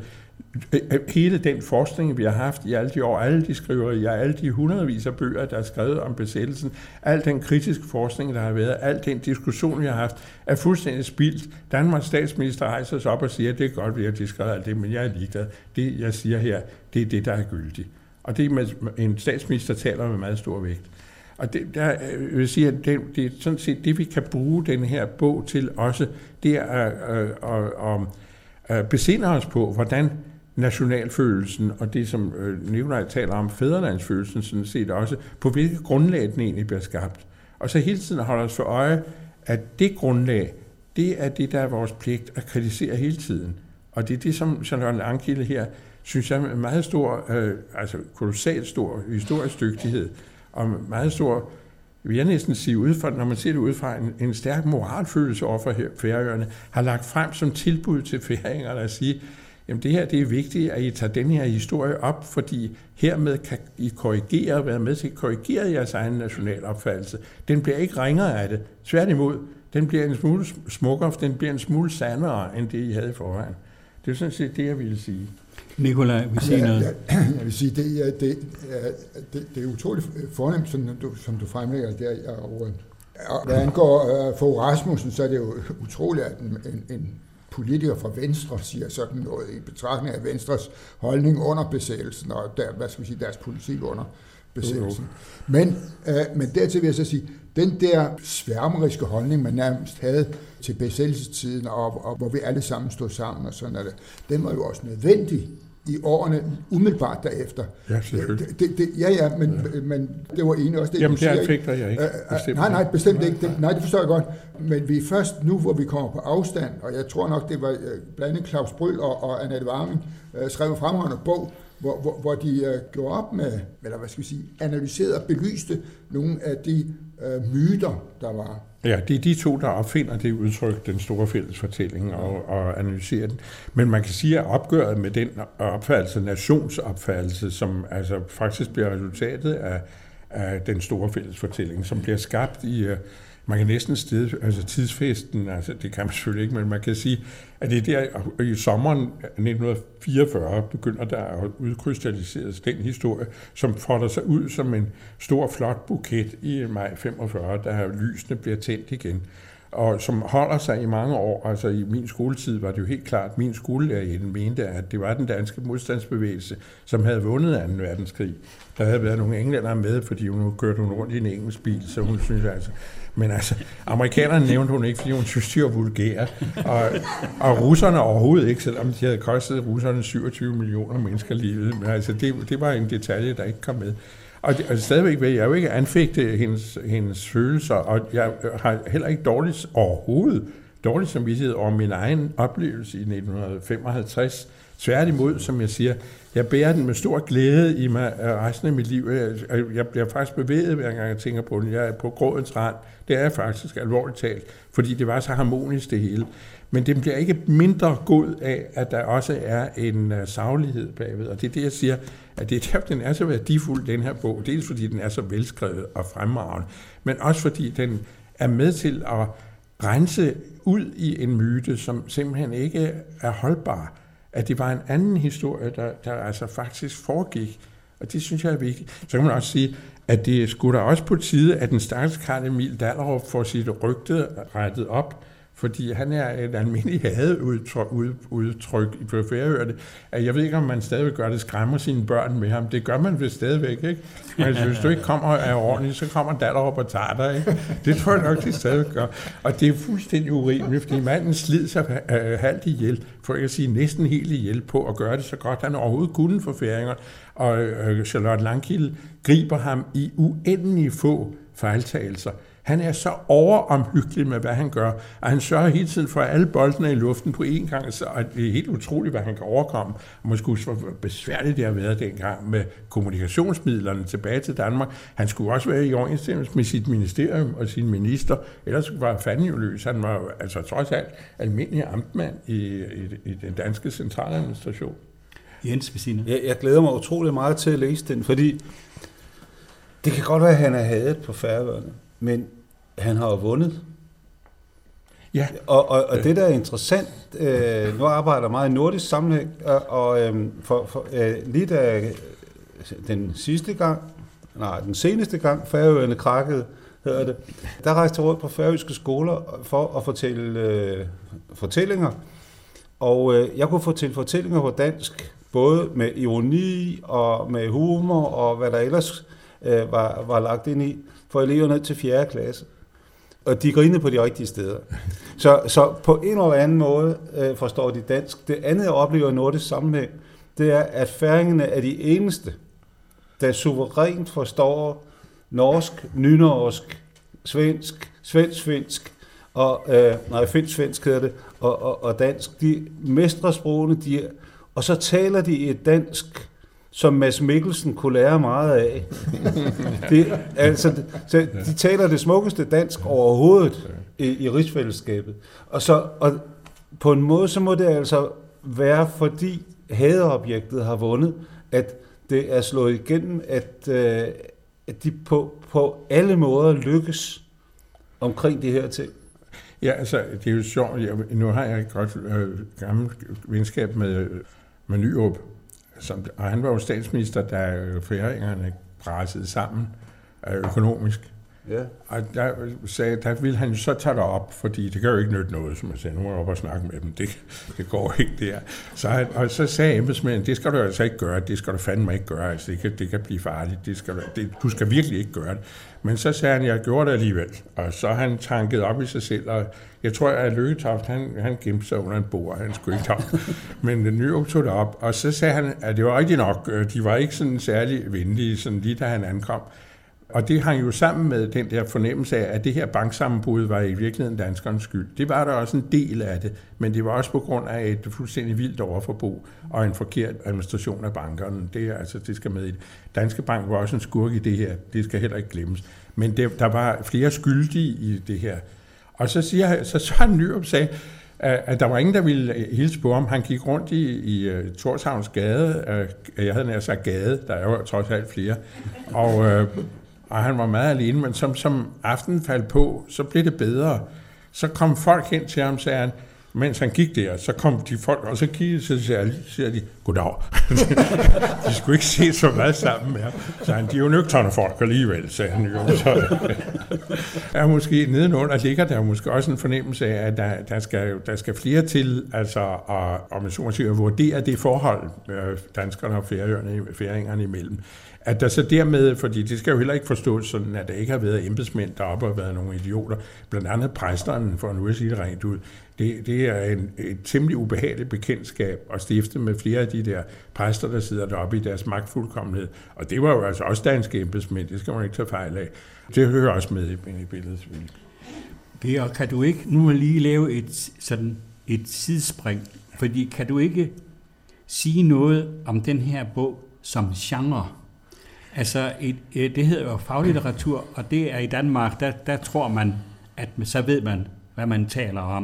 Speaker 5: Hele den forskning, vi har haft i alle de år, alle de skriverier, alle de hundredvis af bøger, der er skrevet om besættelsen, al den kritiske forskning, der har været, al den diskussion, vi har haft, er fuldstændig spildt. Danmarks statsminister rejser sig op og siger, at det er godt, at de har skrevet alt det, men jeg er ligeglad. Det, jeg siger her, det er det, der er gyldigt. Og det med en statsminister taler med meget stor vægt. Og det, der, jeg vil sige, at det, det er sådan set det, vi kan bruge den her bog til også, det er at, at, at, at besinde os på, hvordan nationalfølelsen og det, som Nikolaj taler om, fædrelandsfølelsen, sådan set også, på hvilket grundlag den egentlig bliver skabt. Og så hele tiden holder os for øje, at det grundlag, det er det, der er vores pligt at kritisere hele tiden. Og det er det, som Charlotte Langkilde her, synes jeg, er meget stor, øh, altså kolossalt stor historisk dygtighed, og meget stor, vil jeg næsten sige, udefra, når man ser det udefra, en, en stærk moralfølelse over for Færøerne, har lagt frem som tilbud til færingerne at sige, jamen det her, det er vigtigt, at I tager den her historie op, fordi hermed kan I korrigere og være med til at korrigere jeres egen nationalopfattelse. Den bliver ikke ringere af det. Tværtimod, den bliver en smule smukkere, den bliver en smule sandere, end det I havde i forvejen. Det er sådan set det, jeg ville sige.
Speaker 2: Nikolaj, vil sige noget?
Speaker 3: Jeg, jeg, jeg vil sige, det er, det, det, det er utroligt fornemt, som du, som du fremlægger der. Og, og hvad angår uh, Fogh Rasmussen, så er det jo utroligt, at en, en, en politikere fra Venstre siger sådan noget i betragtning af Venstres holdning under besættelsen, og der, hvad skal vi sige, deres politik under besættelsen. Uh-huh. Men, uh, men dertil vil jeg så sige, den der sværmeriske holdning, man nærmest havde til besættelsestiden, og, og hvor vi alle sammen stod sammen, og sådan er det, den var jo også nødvendig i årene umiddelbart derefter.
Speaker 5: Ja, selvfølgelig.
Speaker 3: Det, det, det, ja, ja, men, ja. men det var egentlig også det,
Speaker 5: jamen,
Speaker 3: du siger.
Speaker 5: Jamen, det anfægter jeg ikke.
Speaker 3: Bestemt. Nej, nej, bestemt nej, ikke. Det, nej, det forstår jeg godt. Men vi er først nu, hvor vi kommer på afstand, og jeg tror nok, det var blandt andet Claus Bryl og, og Annette Warming uh, skrev en fremragende bog, hvor, hvor, hvor de uh, gjorde op med, eller hvad skal vi sige, analyserede og belyste nogle af de uh, myter, der var.
Speaker 5: Ja, det er de to, der opfinder det udtryk, den store fælles fortælling, og, og analyserer den. Men man kan sige, at opgøret med den opfattelse, nationsopfattelse, som altså faktisk bliver resultatet af, af den store fælles fortælling, som bliver skabt i, man kan næsten sted, altså tidsfesten, altså det kan man selvfølgelig ikke, men man kan sige, at det er der i sommeren nitten fireogfyrre begynder der at udkrystalliseres den historie, som folder sig ud som en stor, flot buket i maj femogfyrre, der lysene bliver tændt igen, og som holder sig i mange år. Altså i min skoletid var det jo helt klart, at min skolelærerinde mente, at det var den danske modstandsbevægelse, som havde vundet anden verdenskrig. Der havde været nogle englændere med, fordi hun kørte hun rundt i en engelsk bil, så hun synes altså. Men altså, amerikanerne nævnte hun ikke, fordi hun synes, de var vulgære. Og, og russerne overhovedet ikke, selvom de havde kostet russerne syvogtyve millioner mennesker livet. Men altså, det, det var en detalje, der ikke kom med. Og, det, og stadigvæk vil jeg jo ikke anfægte hendes, hendes følelser, og jeg har heller ikke dårligt overhovedet dårlig samvittighed over min egen oplevelse i nitten femoghalvtreds Tværtimod, som jeg siger, jeg bærer den med stor glæde i mig resten af mit liv. Jeg, jeg bliver faktisk bevæget, hver gang jeg tænker på den. Jeg er på grådens rand. Det er jeg faktisk alvorligt talt, fordi det var så harmonisk det hele. Men det bliver ikke mindre god af, at der også er en uh, saglighed bagved. Og det er det, jeg siger, at det er derfor, den er så værdifuld, den her bog. Dels fordi den er så velskrevet og fremragende, men også fordi den er med til at rense ud i en myte, som simpelthen ikke er holdbar. At det var en anden historie, der, der altså faktisk foregik. Og det synes jeg er vigtigt. Så kan man også sige, at det skulle da også på tide, at den stakkels Karl Emil Dahlerup får sit rygte rettet op, fordi han er et almindeligt hadeudtryk på Færøerne. Jeg ved ikke, om man stadigvæk gør det, skræmmer sine børn med ham. Det gør man vel stadigvæk, ikke? Men hvis du ikke kommer og er ordentlig, så kommer Dahlerup og tager dig, ikke? Det tror jeg nok, de stadigvæk gør. Og det er fuldstændig urimeligt, fordi manden slid sig uh, halvt ihjel, for ikke at sige næsten helt ihjel på at gøre det så godt, han overhovedet kunne for færinger. Og uh, Charlotte Langkilde griber ham i uendelige få fejltagelser. Han er så overomhyggelig med, hvad han gør, og han sørger hele tiden for, at alle boldene i luften på én gang, og det er helt utroligt, hvad han kan overkomme. Og måske huske, hvor besværligt det har været dengang med kommunikationsmidlerne tilbage til Danmark. Han skulle også være i overensstemmelse med sit ministerium og sin minister, ellers var fanden jo løs. Han var altså trods alt almindelig amtmand i, i, i den danske centraladministration.
Speaker 2: Jens Vecina.
Speaker 4: Jeg, jeg glæder mig utrolig meget til at læse den, fordi det kan godt være, at han er hadet på Færøerne, men han har jo vundet.
Speaker 5: Ja.
Speaker 4: Og, og, og det, der er interessant, øh, nu arbejder jeg meget i nordisk sammenhæng, og, og øh, for, for, øh, lige da den sidste gang, nej, den seneste gang, Færøerne krakkede, hedder det, der rejste jeg rundt på færøske skoler for at fortælle øh, fortællinger, og øh, jeg kunne fortælle fortællinger på dansk, både med ironi og med humor og hvad der ellers øh, var, var lagt ind i, for elever ned til fjerde klasse. Og de grinede på de rigtige steder. Så, så på en eller anden måde øh, forstår de dansk. Det andet, jeg oplever i nordisk sammenhæng, det er, at færingerne er de eneste, der suverænt forstår norsk, nynorsk, svensk, svensk-finsk, og, øh, nej, finsk-svensk hedder det, og, og, og dansk. De mestrer sprogene, de er, og så taler de et dansk, som Mads Mikkelsen kunne lære meget af. Det, altså, så de taler det smukkeste dansk overhovedet i, i rigsfællesskabet. Og, så, og på en måde, så må det altså være, fordi hadeobjektet har vundet, at det er slået igennem, at, øh, at de på, på alle måder lykkes omkring de her ting.
Speaker 5: Ja, altså, det er jo sjovt. Jeg, nu har jeg et godt øh, gammelt venskab med, med Nyrup, som, og han var jo statsminister, da færingerne brasede sammen øh, økonomisk.
Speaker 4: Ja.
Speaker 5: Og der, sagde, der ville han jo så tage det op, fordi det kan jo ikke nytte noget, som jeg sagde, nu må jeg op og snakke med dem, det, det går ikke der. Så han, og så sagde embedsmanden, det skal du altså ikke gøre, det skal du fandme ikke gøre, altså, det, kan, det kan blive farligt, det skal du, det, du skal virkelig ikke gøre det. Men så sagde han, jeg gjorde det alligevel, og så han tanket op i sig selv, og jeg tror, at Lykketoft, han, han gemte sig under en bord, han skulle ikke op. Men den nye tog det op, og så sagde han, at det var rigtig nok, de var ikke sådan særlig venlige, sådan lige da han ankom. Og det hang jo sammen med den der fornemmelse af, at det her banksammenbrud var i virkeligheden danskernes skyld. Det var der også en del af det, men det var også på grund af et fuldstændig vildt overforbrug og en forkert administration af bankerne. Det, er, altså, det skal med i det. Danske Bank var også en skurk i det her, det skal heller ikke glemmes. Men det, der var flere skyldige i det her. Og så siger så Søren Nyrup sagde, at der var ingen, der ville hilse på ham. Han gik rundt i, i uh, Torshavns gade. Uh, jeg havde nær sagt gade, der er jo trods alt flere. Og... Uh, Og han var meget alene, men som, som aftenen faldt på, så blev det bedre. Så kom folk hen til ham, sagde han, mens han gik der, så kom de folk, og så kiggede, så siger de, goddag. De skulle ikke se så meget sammen med ham. Så han, de er jo nøgterne folk alligevel, sagde han jo. Så er måske nedenunder ligger der måske også en fornemmelse af, at der, der, skal, der skal flere til, altså, og, og med så at sige, at vurdere det forhold, danskerne og færingerne imellem. At der så dermed, fordi det skal jo heller ikke forstås sådan, at der ikke har været embedsmænd deroppe og været nogle idioter, blandt andet præsteren, for nu at sige det rent ud. Det, det er en, et temmelig ubehageligt bekendtskab at stifte med flere af de der præster, der sidder deroppe i deres magtfuldkommenhed. Og det var jo altså også danske embedsmænd, det skal man ikke tage fejl af. Det hører også med i billedet.
Speaker 2: Georg, kan du ikke nu lige lave et, sådan et sidespring? Fordi kan du ikke sige noget om den her bog som genre. Altså, et, et, det hedder jo faglitteratur, og det er i Danmark, der, der tror man, at så ved man, hvad man taler om.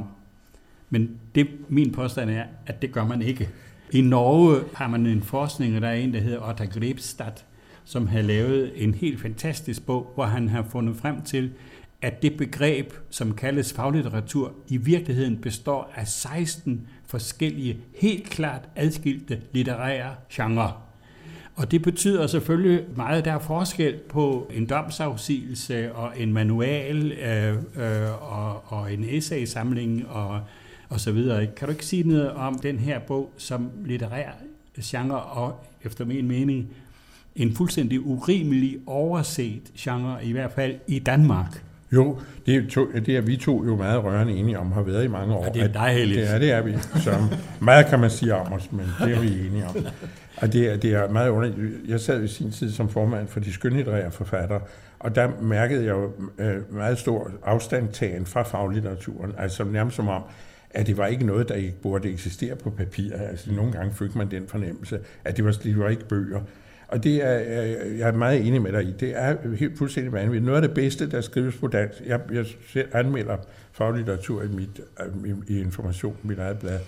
Speaker 2: Men det, min påstand er, at det gør man ikke. I Norge har man en forskning, og der er en, der hedder Ottar Grepstad, som har lavet en helt fantastisk bog, hvor han har fundet frem til, at det begreb, som kaldes faglitteratur, i virkeligheden består af seksten forskellige, helt klart adskilte litterære genrer. Og det betyder selvfølgelig meget, der er forskel på en domsafsigelse og en manual øh, øh, og, og en essaysamling og, og så videre. Kan du ikke sige noget om den her bog som litterær genre og efter min mening en fuldstændig urimelig overset genre, i hvert fald i Danmark?
Speaker 5: Jo, det er, to, det er vi to jo meget rørende enige om, har været i mange år.
Speaker 2: Ja, det er dejligt.
Speaker 5: Det er, det er vi. Så meget kan man sige om os, men det er vi enige om. Og det er, det er meget underligt. Jeg sad i sin tid som formand for de skønlitterære forfattere, og der mærkede jeg jo meget stor afstandtagen fra faglitteraturen, altså nærmest som om, at det var ikke noget, der ikke burde eksistere på papir. Altså nogle gange fik man den fornemmelse, at det var, det var ikke bøger. Og det er, jeg er meget enig med dig i. Det er helt fuldstændig vanvittigt. Noget af det bedste, der skrives på dansk. Jeg, jeg selv anmelder faglitteratur i, mit, i, i Information, mit eget blad.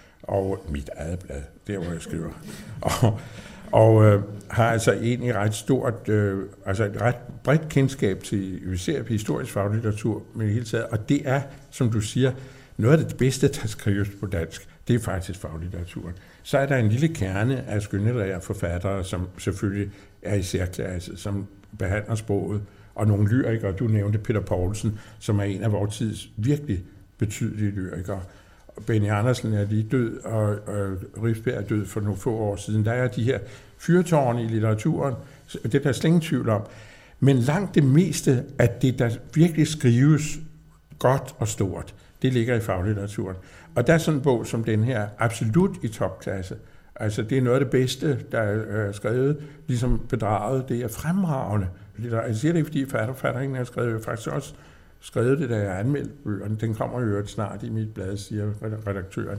Speaker 5: Og mit eget blad, der hvor jeg skriver. Og, og øh, har altså egentlig ret stort, øh, altså et ret bredt kendskab til, især historisk faglitteratur, men i hele taget. Og det er, som du siger, noget af det bedste, der skrives på dansk. Det er faktisk faglitteraturen. Så er der en lille kerne af skønlitterære forfattere, som selvfølgelig er i særklasse, som behandler sproget, og nogle lyrikere. Du nævnte Peter Poulsen, som er en af vores tids virkelig betydelige lyrikere. Benny Andersen er lige død, og, og Rifbjerg er død for nogle få år siden. Der er de her fyrtårne i litteraturen, det er der slet ingen tvivl om. Men langt det meste af det, der virkelig skrives godt og stort, det ligger i faglitteraturen. Og der er sådan en bog som den her absolut i topklasse. Altså det er noget af det bedste, der er skrevet, ligesom Bedraget. Det er fremragende. Jeg siger det ikke, fordi forfatteren har skrevet, jeg faktisk også skrevet det, da jeg anmeldte bøgerne. Den kommer jo snart i mit blad, siger redaktøren.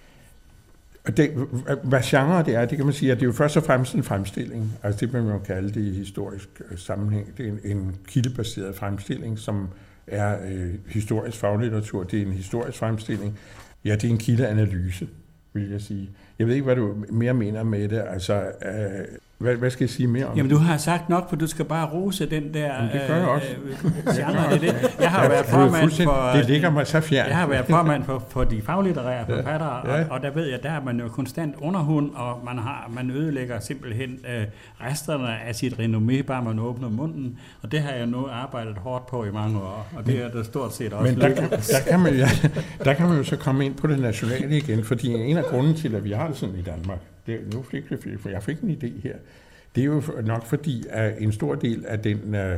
Speaker 5: Og det, hvad genre det er, det kan man sige, at det er jo først og fremmest en fremstilling. Altså det man jo kalde det i historisk sammenhæng. Det er en, en kildebaseret fremstilling, som er øh, historisk faglitteratur. Det er en historisk fremstilling. Ja, det er en kildeanalyse, vil jeg sige. Jeg ved ikke, hvad du mere mener med det. Altså, øh, hvad, hvad skal jeg sige mere om
Speaker 2: Jamen, du har sagt nok, for du skal bare rose den der
Speaker 5: Jamen, det gør jeg også.
Speaker 2: Øh, genre. Det, det. Jeg har ja, været formand for...
Speaker 5: Det ligger mig så fjern.
Speaker 2: Jeg har været formand for, for de faglitterære forfattere,
Speaker 5: ja. Ja.
Speaker 2: Og, og der ved jeg, der er man jo konstant underhund, og man, har, man ødelægger simpelthen øh, resterne af sit renommé, bare man åbner munden. Og det har jeg nu arbejdet hårdt på i mange år, og det er der stort set også.
Speaker 5: Men der kan, der, kan man, ja, der kan man jo så komme ind på det nationale igen, fordi en af grunden til, at vi har det sådan i Danmark, det, nu fik jeg, for jeg fik en idé her, det er jo nok fordi, at en stor del af den øh,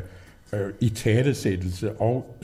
Speaker 5: italesættelse og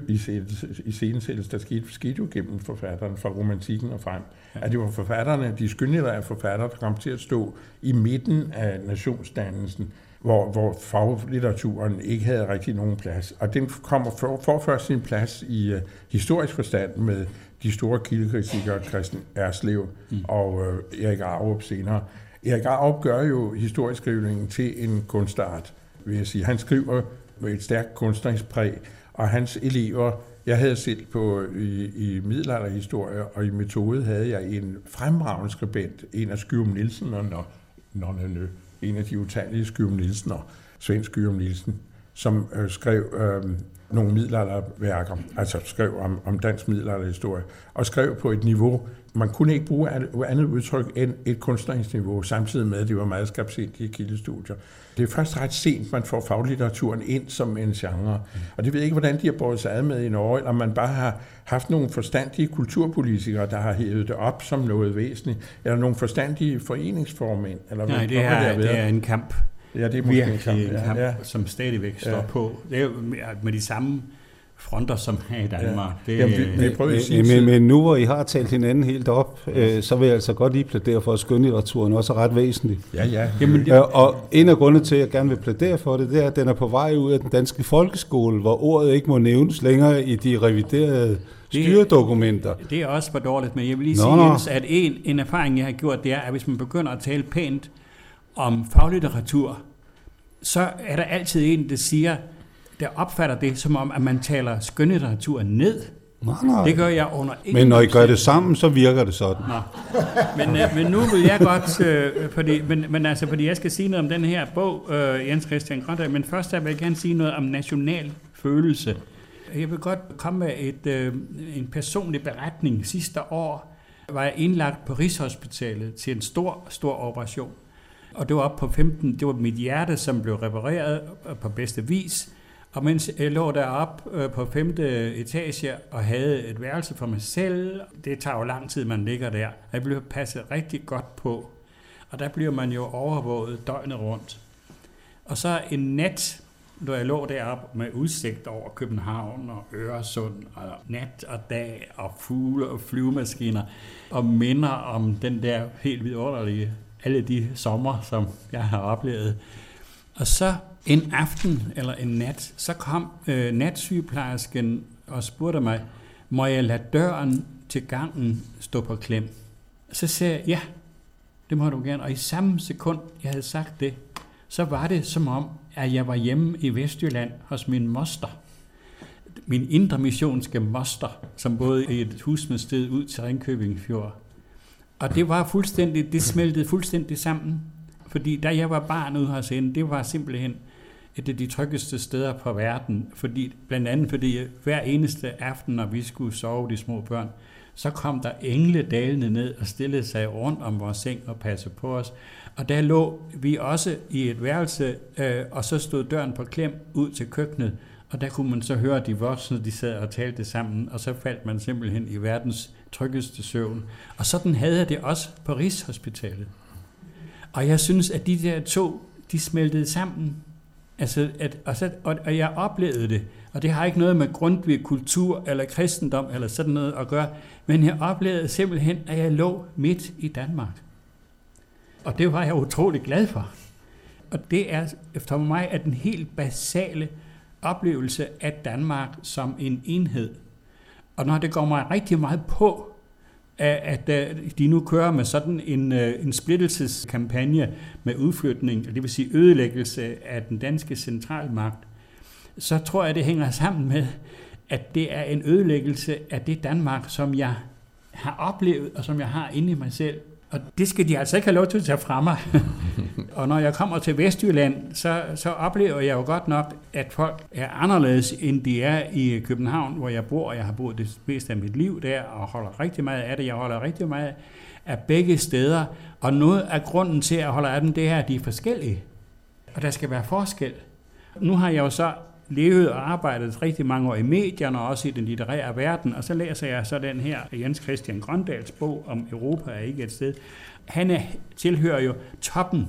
Speaker 5: skriveiscenesættelse, der skete, skete jo gennem forfatteren fra romantikken og frem. Ja. At det var forfatterne, de skønlitterære forfattere, der kom til at stå i midten af nationsdannelsen, hvor, hvor faglitteraturen ikke havde rigtig nogen plads. Og den kommer for, for først sin plads i uh, historisk forstand med de store kildekritikere, Christian Erslev mm. og uh, Erik Arup senere. Erik Arup gør jo historieskrivningen til en kunstart, vil jeg sige. Han skriver med et stærkt kunstnerisk præg, og hans elever, jeg havde selv på i, i middelalderhistorie, og i metode havde jeg en fremragende skribent, en af Skyum Nielsen og Nonne, en af de utallige Skyum Nielsen og Svend Skyum Nielsen, som øh, skrev øh, nogle middelalderværker, altså skrev om, om dansk middelalderhistorie, og skrev på et niveau, man kunne ikke bruge andet udtryk end et kunstnerisk niveau, samtidig med, at det var meget skarpsindige kildestudier. Det er først ret sent, man får faglitteraturen ind som en genre. Og det ved jeg ikke, hvordan de har båret sig ad med i Norge, eller man bare har haft nogle forstandige kulturpolitikere, der har hævet det op som noget væsentligt, eller nogle forstandige foreningsformænd. Eller
Speaker 2: Nej, det er, det, det er en kamp.
Speaker 5: Ja, det er måske en kamp,
Speaker 2: en kamp
Speaker 5: ja, ja.
Speaker 2: som stadigvæk står ja. på. Det er jo med de samme fronter, som her i Danmark.
Speaker 5: Ja.
Speaker 2: Det,
Speaker 5: Jamen, vi, vi prøver at sige
Speaker 6: men, men nu hvor I har talt hinanden helt op, øh, så vil jeg altså godt lige plædere for, at skønlitteraturen også er ret væsentlig.
Speaker 5: Ja, ja.
Speaker 6: Jamen, det, øh, og en af grundene til, at jeg gerne vil plædere for det, det er, at den er på vej ud af den danske folkeskole, hvor ordet ikke må nævnes længere i de reviderede
Speaker 4: styredokumenter.
Speaker 2: Det er også for dårligt, men jeg vil lige
Speaker 4: nå,
Speaker 2: sige,
Speaker 4: nå.
Speaker 2: Jens, at en, en erfaring, jeg har gjort, det er, at hvis man begynder at tale pænt om faglitteratur, så er der altid en, der siger, der opfatter det som om, at man taler skønlitteratur ned.
Speaker 4: Nej, nej.
Speaker 2: Det gør jeg under ingen.
Speaker 4: Men når I gør det sammen, så virker det sådan.
Speaker 2: Nå. Men, øh, men nu vil jeg godt, øh, fordi, men, men altså, fordi jeg skal sige noget om den her bog, øh, Jens Christian Grøndahl, men først vil jeg gerne sige noget om national følelse. Jeg vil godt komme med et, øh, en personlig beretning. Sidste år var jeg indlagt på Rigshospitalet til en stor, stor operation. Og det var op på femten, det var mit hjerte, som blev repareret på bedste vis. Og mens jeg lå deroppe på femte etage og havde et værelse for mig selv, det tager jo lang tid, man ligger der. Jeg blev passet rigtig godt på. Og der bliver man jo overvåget døgnet rundt. Og så en nat, da jeg lå deroppe med udsigt over København og Øresund, og nat og dag og fugle og flyvemaskiner, og minder om den der helt vidunderlige, alle de sommer, som jeg har oplevet. Og så en aften eller en nat, så kom øh, natsygeplejersken og spurgte mig, må jeg lade døren til gangen stå på klem? Så sagde jeg, ja, det må du gerne. Og i samme sekund, jeg havde sagt det, så var det som om, at jeg var hjemme i Vestjylland hos min moster. Min indre missionske moster, som boede i et hus med sted ud til Ringkøbing Fjord. Og det var fuldstændig, det smeltede fuldstændig sammen. Fordi da jeg var barn ude hos hende, det var simpelthen et af de tryggeste steder på verden. Fordi, blandt andet fordi hver eneste aften, når vi skulle sove, de små børn, så kom der engle dalende ned og stillede sig rundt om vores seng og passede på os. Og der lå vi også i et værelse, øh, og så stod døren på klem ud til køkkenet. Og der kunne man så høre de voksne, de sad og talte sammen, og så faldt man simpelthen i verdens tryggeste søvn. Og sådan havde jeg det også på Rigshospitalet. Og jeg synes, at de der to, de smeltede sammen. Altså, at, og, så, og, og jeg oplevede det. Og det har ikke noget med Grundtvig, kultur eller kristendom eller sådan noget at gøre. Men jeg oplevede simpelthen, at jeg lå midt i Danmark. Og det var jeg utrolig glad for. Og det er for mig at den helt basale oplevelse af Danmark som en enhed. Og når det går mig rigtig meget på, at de nu kører med sådan en, en splittelseskampagne med udflytning, det vil sige ødelæggelse af den danske centralmagt, så tror jeg, det hænger sammen med, at det er en ødelæggelse af det Danmark, som jeg har oplevet, og som jeg har inde i mig selv. Og det skal de altså ikke have lov til at tage fra mig. Og når jeg kommer til Vestjylland, så, så oplever jeg jo godt nok, at folk er anderledes, end de er i København, hvor jeg bor. Jeg har boet det meste af mit liv der, og holder rigtig meget af det. Jeg holder rigtig meget af begge steder. Og noget af grunden til, at jeg holder af dem, det er, at de er forskellige. Og der skal være forskel. Nu har jeg jo så levet og arbejdet rigtig mange år i medierne, og også i den litterære verden, og så læser jeg så den her Jens Christian Grøndahls bog om Europa er ikke et sted. Han er, tilhører jo toppen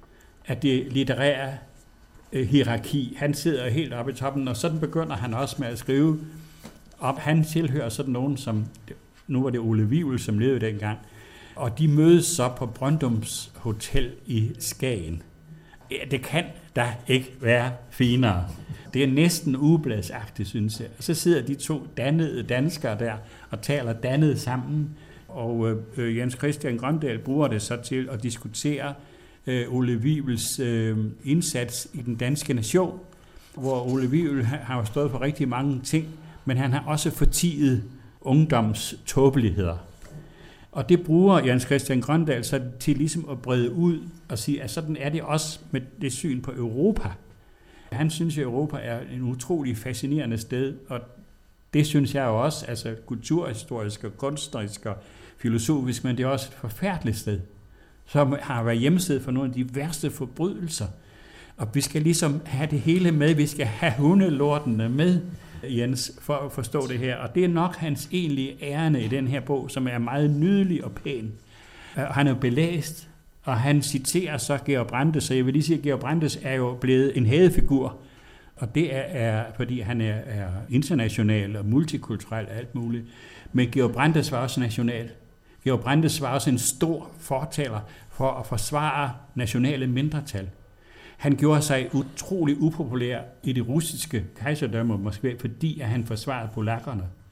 Speaker 2: af det litterære øh, hierarki. Han sidder helt oppe i toppen, og sådan begynder han også med at skrive op. Han tilhører sådan nogen som, nu var det Ole Wivel, som levede dengang, og de mødes så på Brøndums Hotel i Skagen. Ja, det kan da ikke være finere. Det er næsten ugebladsagtigt, synes jeg. Og så sidder de to dannede danskere der og taler dannet sammen. Og øh, Jens Christian Grøndahl bruger det så til at diskutere øh, Ole Wivels øh, indsats i den danske nation, hvor Ole Wivel har jo stået for rigtig mange ting, men han har også fortiet ungdoms tåbeligheder. Og det bruger Jens Christian Grøndahl så til ligesom at brede ud og sige, at sådan er det også med det syn på Europa. Han synes, at Europa er en utrolig fascinerende sted, og det synes jeg jo også, altså kulturhistorisk og kunstnerisk og filosofisk, men det er også et forfærdeligt sted, som har været hjemsted for nogle af de værste forbrydelser. Og vi skal ligesom have det hele med, vi skal have hundelortene med, Jens, for at forstå det her. Og det er nok hans egentlige ærende i den her bog, som er meget nydelig og pæn. Og han er jo belæst, og han citerer så Georg Brandes, så jeg vil lige sige, at Georg Brandes er jo blevet en hadefigur, og det er, er fordi han er, er international og multikulturel og alt muligt. Men Georg Brandes var også national. Georg Brandes var også en stor fortaler for at forsvare nationale mindretal. Han gjorde sig utrolig upopulær i det russiske kejserdømme, måske fordi at han forsvarede polakkerne.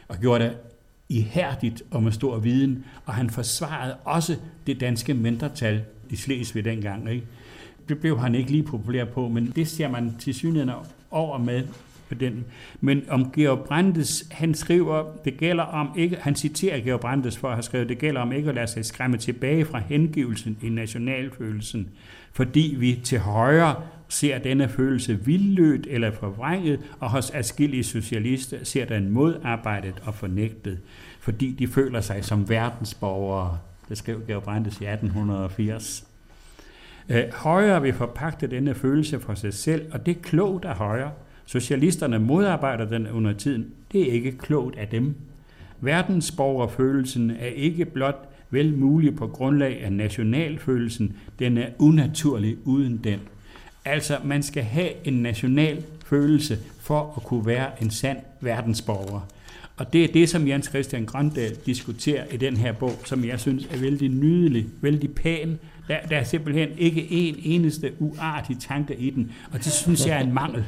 Speaker 2: og gjorde det ihærdigt og med stor viden, og han forsvarede også det danske mindretal i Slesvig dengang. Ikke? Det blev han ikke lige populær på, men det ser man til synligheden over med på den. Men om Georg Brandes, han skriver, det gælder om ikke, han citerer Georg Brandes for at have skrevet, det gælder om ikke at lade sig skræmme tilbage fra hengivelsen i nationalfølelsen, fordi vi til højre ser denne følelse vildlødt eller forvrænget, og hos adskillige socialister ser den modarbejdet og fornægtet, fordi de føler sig som verdensborgere. Det skrev Georg Brandes i atten firs. Øh, højre vil forpagte denne følelse for sig selv, og det er klogt af højre. Socialisterne modarbejder den under tiden. Det er ikke klogt af dem. Verdensborgerfølelsen er ikke blot vel mulig på grundlag af nationalfølelsen. Den er unaturlig uden den. Altså, man skal have en national følelse for at kunne være en sand verdensborger. Og det er det, som Jens Christian Grøndahl diskuterer i den her bog, som jeg synes er vældig nydelig, vældig pæn. Der, der er simpelthen ikke en eneste uartig tanke i den, og det synes jeg er en mangel.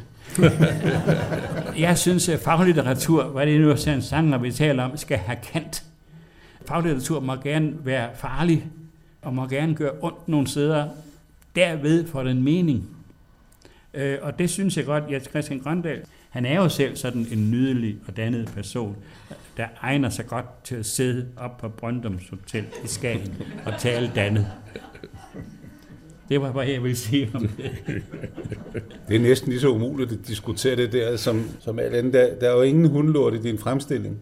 Speaker 2: Jeg synes, at faglitteratur, hvad det nu er en sanger, vi taler om, skal have kant. Faglitteratur må gerne være farlig, og må gerne gøre ondt nogle steder. Derved får den mening. Og det synes jeg godt, at Christian Grøndahl, han er jo selv sådan en nydelig og dannet person, der egner sig godt til at sidde op på Brøndums Hotel i Skagen og tale dannet. Det var, hvad jeg ville sige om det.
Speaker 4: Det er næsten lige så umuligt at diskutere det der, som, som alt andet. Der, der er jo ingen hundlort i din fremstilling.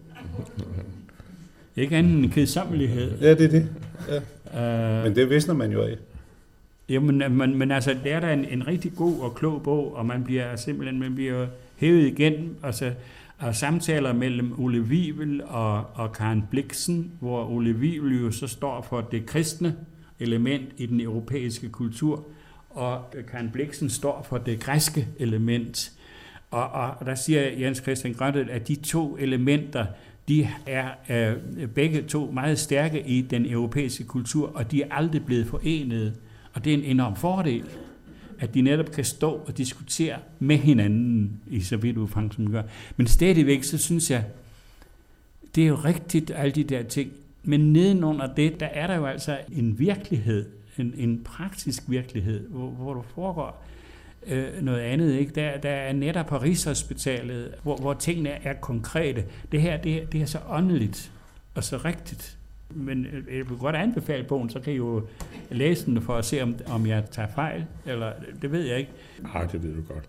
Speaker 2: Ikke andet end kedsommelighed.
Speaker 4: Ja, det er det. Ja. Uh, Men det vidste man jo af.
Speaker 2: Jamen, men, men altså, det er da en, en rigtig god og klog bog, og man bliver simpelthen man bliver hævet igen, altså, og samtaler mellem Ole Wivel og, og Karen Blixen, hvor Ole Wivel jo så står for det kristne element i den europæiske kultur, og Karen Blixen står for det græske element. Og, og der siger Jens Christian Grøndahl, at de to elementer, de er øh, begge to meget stærke i den europæiske kultur, og de er aldrig blevet forenet. Og det er en enorm fordel, at de netop kan stå og diskutere med hinanden i så vidt udfang, som de gør. Men stadigvæk, så synes jeg, det er jo rigtigt, alle de der ting. Men nedenunder det, der er der jo altså en virkelighed, en, en praktisk virkelighed, hvor, hvor der foregår øh, noget andet. Ikke? Der, der er netop på Rigshospitalet, hvor, hvor tingene er konkrete. Det her, det, det er så åndeligt og så rigtigt. Men jeg vil godt anbefale bogen, så kan I jo læse den for at se, om, om jeg tager fejl, eller det ved jeg ikke.
Speaker 5: Nej, det ved du godt.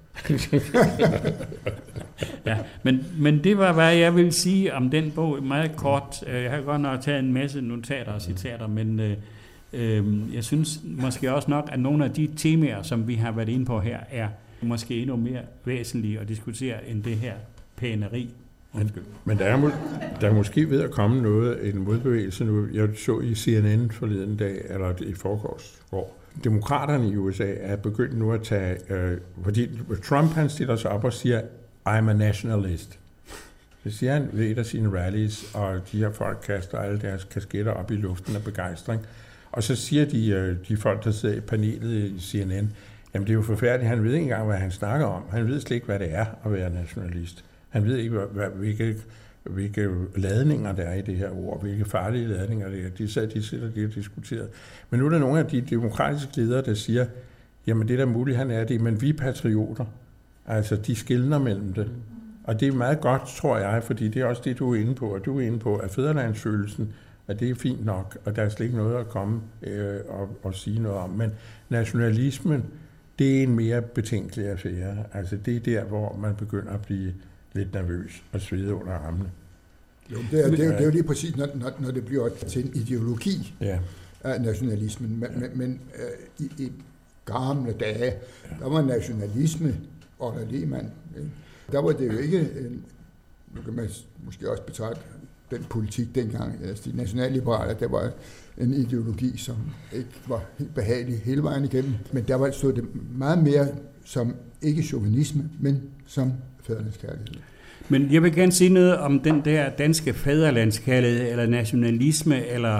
Speaker 2: Ja, men, men det var, hvad jeg ville sige om den bog, meget kort. Jeg har godt nok taget en masse notater og citater, men øh, øh, jeg synes måske også nok, at nogle af de temaer, som vi har været inde på her, er måske endnu mere væsentlige at diskutere end det her pæneri.
Speaker 5: Men, men der, er må, der er måske ved at komme noget, en modbevægelse nu. Jeg så i C N N forleden dag, eller i forgårs, hvor demokraterne i U S A er begyndt nu at tage, øh, fordi Trump han stiller sig op og siger, I'm a nationalist. Det siger han ved et af sine rallies, og de her folk kaster alle deres kasketter op i luften af begejstring. Og så siger de, øh, de folk, der sidder i panelet i C N N, jamen det er jo forfærdeligt, han ved ikke engang, hvad han snakker om. Han ved slet ikke, hvad det er at være nationalist. Han ved ikke, hvad, hvilke, hvilke ladninger der er i det her ord, hvilke farlige ladninger det er. De sad, de sidder og de har diskuteret. Men nu er der nogle af de demokratiske ledere, der siger, jamen det er da muligt, han er det, men vi er patrioter. Altså, de skelner mellem det. Og det er meget godt, tror jeg, fordi det er også det, du er inde på, og du er inde på, at fædrelandsfølelsen, at det er fint nok, og der er slet ikke noget at komme øh, og, og sige noget om. Men nationalismen, det er en mere betænkelig affære. Altså, det er der, hvor man begynder at blive lidt nervøs og svede under armene.
Speaker 3: Jo, det er, det, er, det er jo lige præcis, når, når, når det bliver til en ideologi
Speaker 5: ja. af
Speaker 3: nationalismen. Men, men, men øh, i, i gamle dage, der var nationalisme og der Lehmann. Der var det jo ikke, en, nu kan man måske også betragte den politik dengang, altså de nationalliberale, der var en ideologi, som ikke var helt behagelig hele vejen igennem. Men der var stod det meget mere som ikke chauvinisme, men som fædrelandskærlighed.
Speaker 2: Men jeg vil gerne sige noget om den der danske fædrelandskærlighed, eller nationalisme, eller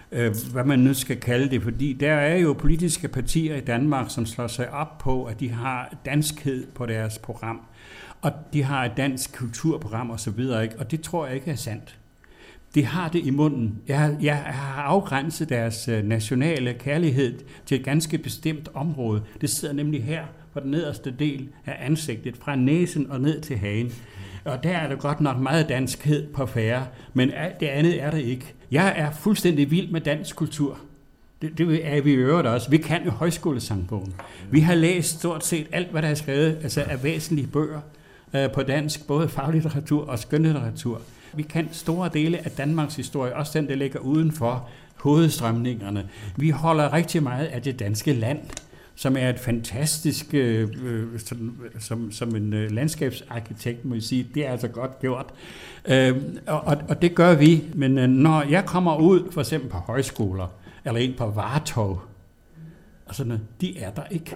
Speaker 2: øh, hvad man nu skal kalde det, fordi der er jo politiske partier i Danmark, som slår sig op på, at de har danskhed på deres program, og de har et dansk kulturprogram osv., og det tror jeg ikke er sandt. De har det i munden. Jeg, jeg har afgrænset deres nationale kærlighed til et ganske bestemt område. Det sidder nemlig her på den nederste del af ansigtet, fra næsen og ned til hagen. Og der er der godt nok meget danskhed på færre, men det andet er det ikke. Jeg er fuldstændig vild med dansk kultur. Det, det er vi i øvrigt også. Vi kan jo højskolesangbogen. Vi har læst stort set alt, hvad der er skrevet altså af væsentlige bøger øh, på dansk, både faglitteratur og skønlitteratur. Vi kan store dele af Danmarks historie, også den, der ligger uden for hovedstrømningerne. Vi holder rigtig meget af det danske land, som er et fantastisk, øh, som, som, som en øh, landskabsarkitekt, må jeg sige, det er altså godt gjort. Øh, og, og det gør vi, men øh, når jeg kommer ud, for eksempel på højskoler, eller ind på Vartov, og sådan noget, de er der ikke.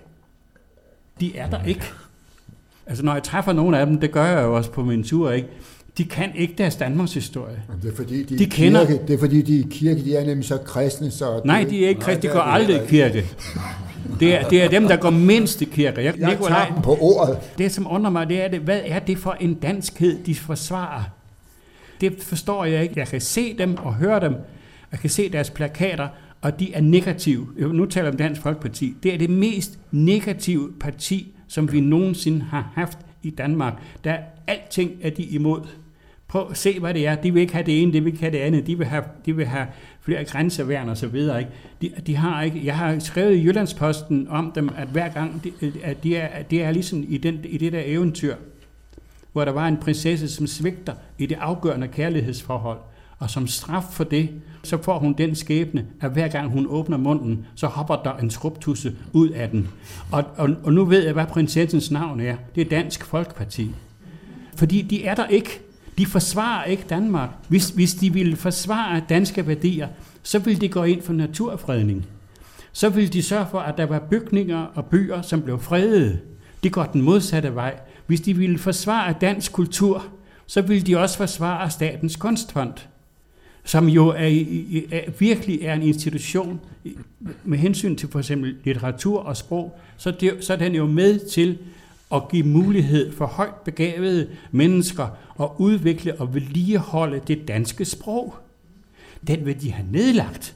Speaker 2: De er der ikke. Altså når jeg træffer nogle af dem, det gør jeg jo også på min tur, ikke? De kan ikke deres Danmarks historie.
Speaker 3: Det er fordi, de,
Speaker 2: de kender...
Speaker 3: kirke, det er fordi, de er kirke, de er nemlig så kristne, så...
Speaker 2: Nej, de er ikke kristne, de går aldrig i kirke. Det er, det er dem, der går mindst i kirke. Jeg,
Speaker 3: jeg
Speaker 2: Nikolaj,
Speaker 3: tager dem på ordet.
Speaker 2: Det, som undrer mig, det er, det, hvad er det for en danskhed, de forsvarer? Det forstår jeg ikke. Jeg kan se dem og høre dem. Jeg kan se deres plakater, og de er negative. Nu taler jeg om Dansk Folkeparti. Det er det mest negative parti, som vi nogensinde har haft i Danmark. Der alting er de imod. Prøv at se, hvad det er. De vil ikke have det ene, de vil ikke have det andet. De vil have, de vil have flere grænseværn og så videre. Ikke? De, de har ikke. Jeg har skrevet i Jyllandsposten om dem, at hver gang, de, at de er, de er ligesom i, den, i det der eventyr, hvor der var en prinsesse, som svigter i det afgørende kærlighedsforhold. Og som straf for det, så får hun den skæbne, at hver gang hun åbner munden, så hopper der en skrubtusse ud af den. Og, og, og nu ved jeg, hvad prinsessens navn er. Det er Dansk Folkeparti. Fordi de er der ikke. De forsvarer ikke Danmark. Hvis, hvis de ville forsvare danske værdier, så ville de gå ind for naturfredning. Så ville de sørge for, at der var bygninger og byer, som blev fredede. De går den modsatte vej. Hvis de ville forsvare dansk kultur, så ville de også forsvare Statens Kunstfond, som jo er, er, virkelig er en institution med hensyn til for eksempel litteratur og sprog, så, det, så er den jo med til at give mulighed for højt begavede mennesker at udvikle og vedligeholde det danske sprog. Den vil de have nedlagt.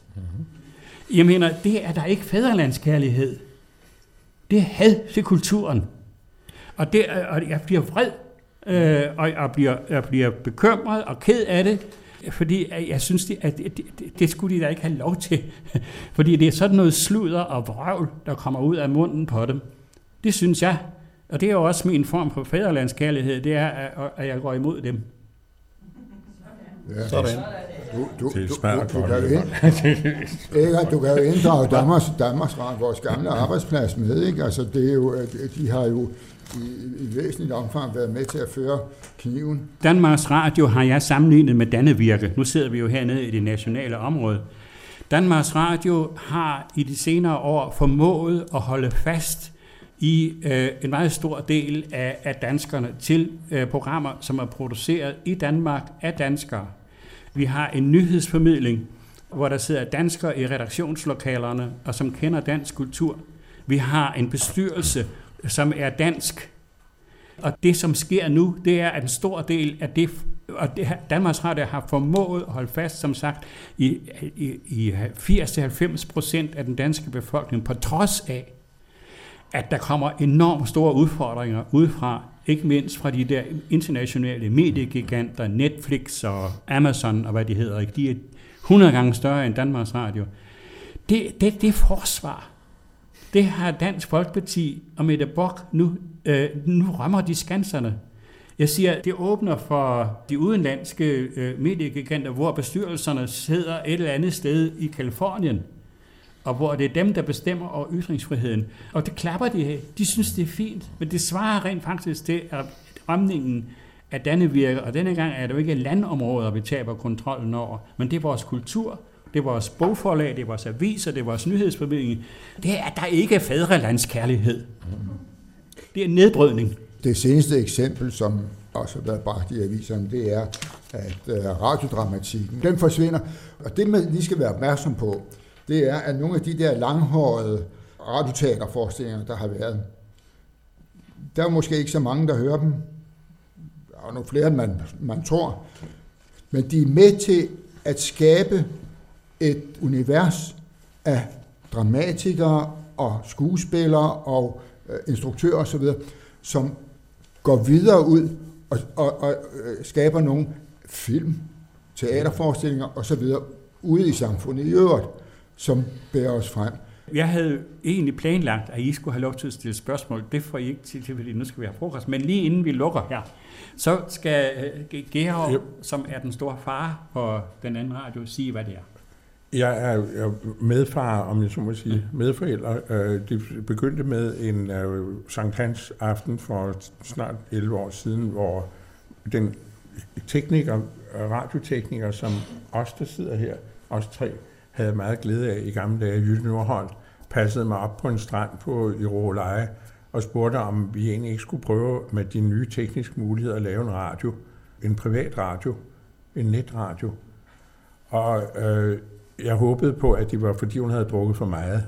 Speaker 2: Jeg mener, det er der ikke fædrelandskærlighed. Det er had til kulturen. Og, det, og jeg bliver vred, øh, og jeg bliver, jeg bliver bekymret og ked af det, fordi jeg synes, det, at det, det, det skulle de da ikke have lov til. Fordi det er sådan noget sludder og vrøvl, der kommer ud af munden på dem. Det synes jeg. Og det er jo også min form for fædrelandskærlighed, det er, at jeg går imod dem.
Speaker 3: Ja.
Speaker 4: Sådan.
Speaker 3: Du, du,
Speaker 5: Det er
Speaker 3: du,
Speaker 5: svært
Speaker 3: du, du,
Speaker 5: godt.
Speaker 3: kan jo ind, ikke, du kan jo inddrage Danmarks, Danmarks Radio, vores gamle arbejdsplads med, ikke? Altså, det er jo, de har jo i, i væsentligt omfang været med til at føre kniven.
Speaker 2: Danmarks Radio har jeg sammenlignet med Dannevirke. Nu sidder vi jo hernede i det nationale område. Danmarks Radio har i de senere år formået at holde fast i øh, en meget stor del af, af danskerne til øh, programmer, som er produceret i Danmark af danskere. Vi har en nyhedsformidling, hvor der sidder danskere i redaktionslokalerne, og som kender dansk kultur. Vi har en bestyrelse, som er dansk. Og det, som sker nu, det er, at en stor del af det, og det, Danmarks Radio har formået at holde fast, som sagt, i, i, i firs til halvfems procent af den danske befolkning, på trods af, at der kommer enormt store udfordringer udefra, ikke mindst fra de der internationale mediegiganter, Netflix og Amazon og hvad de hedder. De er hundrede gange større end Danmarks Radio. Det, det, det er forsvar. Det har Dansk Folkeparti og Mette Bock nu, øh, nu rammer de skanserne. Jeg siger, det åbner for de udenlandske øh, mediegiganter, hvor bestyrelserne sidder et eller andet sted i Kalifornien, og hvor det er dem, der bestemmer over ytringsfriheden. Og det klapper de af. De synes, det er fint, men det svarer rent faktisk til, at ramningen af Dannevirke, og denne gang er det jo ikke landområder, vi taber kontrollen over, men det er vores kultur, det er vores bogforlag, det er vores aviser, det er vores nyhedsformidling. Det er, der ikke er fædrelandskærlighed. Det er nedbrydning.
Speaker 3: Det seneste eksempel, som også har været bragt i aviserne, det er, at uh, radiodramatikken, den forsvinder. Og det, man lige skal være opmærksom på, det er, at nogle af de der langhårede radioteaterforestillinger, der har været, der er måske ikke så mange, der hører dem. Der er nogle flere, end man, man tror. Men de er med til at skabe et univers af dramatikere og skuespillere og øh, instruktører osv., som går videre ud og, og, og øh, skaber nogle film, teaterforestillinger osv. ude i samfundet i øvrigt, som bærer os frem.
Speaker 2: Jeg havde egentlig planlagt, at I skulle have lov til at stille spørgsmål. Det får I ikke til, fordi nu skal vi have frokost. Men lige inden vi lukker her, så skal Georg, yep. som er den store far på den anden radio, sige, hvad det er.
Speaker 5: Jeg er medfar, om jeg så må sige, medforældre. Det begyndte med en Sankt Hans aften for snart elleve år siden, hvor den tekniker, radiotekniker, som os, der sidder her, os tre, havde meget glæde af i gamle dage. Jytte Nordholt passede mig op på en strand på i Råleje og spurgte, om vi egentlig ikke skulle prøve med de nye tekniske muligheder at lave en radio, en privat radio, en netradio. Og øh, jeg håbede på, at det var, fordi hun havde drukket for meget.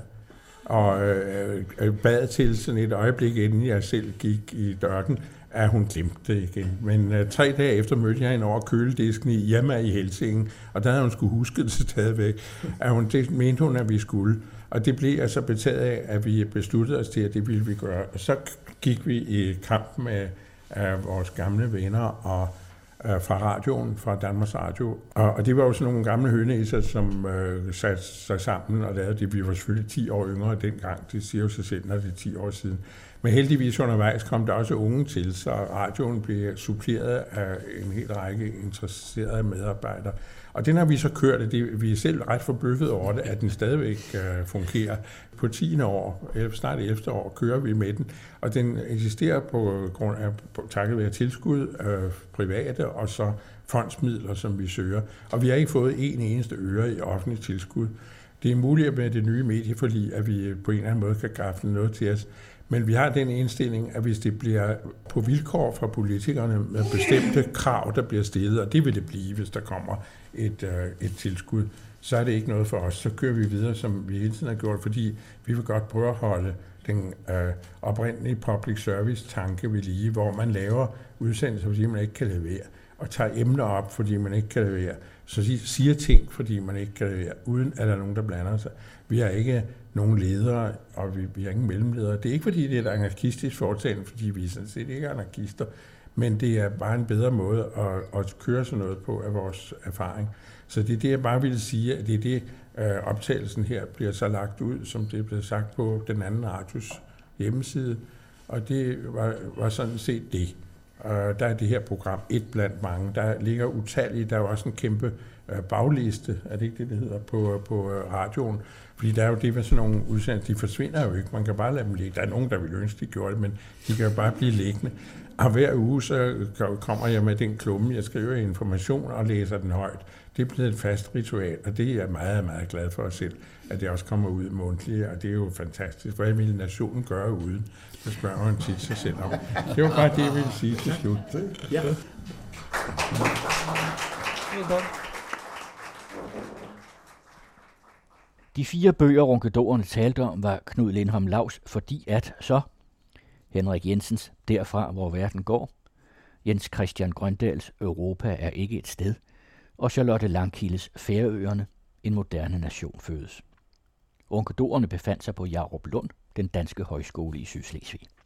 Speaker 5: Og øh, bad til sådan et øjeblik, inden jeg selv gik i døren, at hun glemte det igen. Men uh, tre dage efter mødte jeg hende over køledisken i hjemme i Helsingen, og der havde hun skulle huske det stadigvæk, at hun, det mente hun, at vi skulle. Og det blev altså betaget af, at vi besluttede os til, at det ville vi gøre. Og så gik vi i kamp med uh, vores gamle venner og uh, fra radioen, fra Danmarks Radio. Og, og det var jo sådan nogle gamle hønæser, som uh, satte sig sammen og lavede det. Vi var selvfølgelig ti år yngre dengang. Det siger jo sig selv, når det er ti år siden. Men heldigvis undervejs kom der også unge til, så radioen blev suppleret af en hel række interesserede medarbejdere. Og den har vi så kørt, og det, vi er selv ret forbøffet over det, at den stadigvæk uh, fungerer. På tiende år, eller snart ellevte år, kører vi med den, og den eksisterer på grund af på, takket være tilskud, øh, private og så fondsmidler, som vi søger. Og vi har ikke fået en eneste øre i offentlig tilskud. Det er muligt med det nye medieforlig, at vi på en eller anden måde kan gafle noget til os. Men vi har den indstilling, at hvis det bliver på vilkår fra politikerne med bestemte krav, der bliver stillet, og det vil det blive, hvis der kommer et, øh, et tilskud, så er det ikke noget for os. Så kører vi videre, som vi hele tiden har gjort, fordi vi vil godt prøve at holde den øh, oprindelige public service-tanke ved lige, hvor man laver udsendelser, fordi man ikke kan levere, og tager emner op, fordi man ikke kan levere, så siger ting, fordi man ikke kan levere, uden at der er nogen, der blander sig. Vi har ikke nogen ledere, og vi, vi har ingen mellemledere. Det er ikke, fordi det er et anarkistisk foretagende, fordi vi er sådan set ikke anarkister, men det er bare en bedre måde at, at køre sådan noget på af vores erfaring. Så det er det, jeg bare ville sige, at det er det, øh, optagelsen her bliver så lagt ud, som det er blevet sagt på den anden radios hjemmeside, og det var, var sådan set det. Uh, der er det her program et blandt mange. Der ligger utallige, der er jo også en kæmpe uh, bagliste, er det ikke det, det hedder, på, på uh, radioen. Fordi der er jo det med sådan nogle udsendelser, de forsvinder jo ikke. Man kan bare lade dem ligge. Der er nogen, der vil ønske, de gjorde det, men de kan jo bare blive liggende. Og hver uge så kommer jeg med den klumme, jeg skriver information og læser den højt. Det er blevet et fast ritual, og det er jeg meget, meget glad for selv, at det også kommer ud månedligt, og det er jo fantastisk. Hvad ville nationen gøre uden? Det spørger man tit sig selv om. Det var bare det, jeg ville sige til slut.
Speaker 2: Ja.
Speaker 1: De fire bøger, ronkedorerne talte om, var Knud Lindholm Lavs Fordi at så, Henrik Jensens Derfra, hvor verden går, Jens Christian Grøndals Europa er ikke et sted, og Charlotte Langkildes Færøerne, en moderne nation fødes. Ronkedorerne befandt sig på Jaruplund, den danske højskole i Sydslesvig.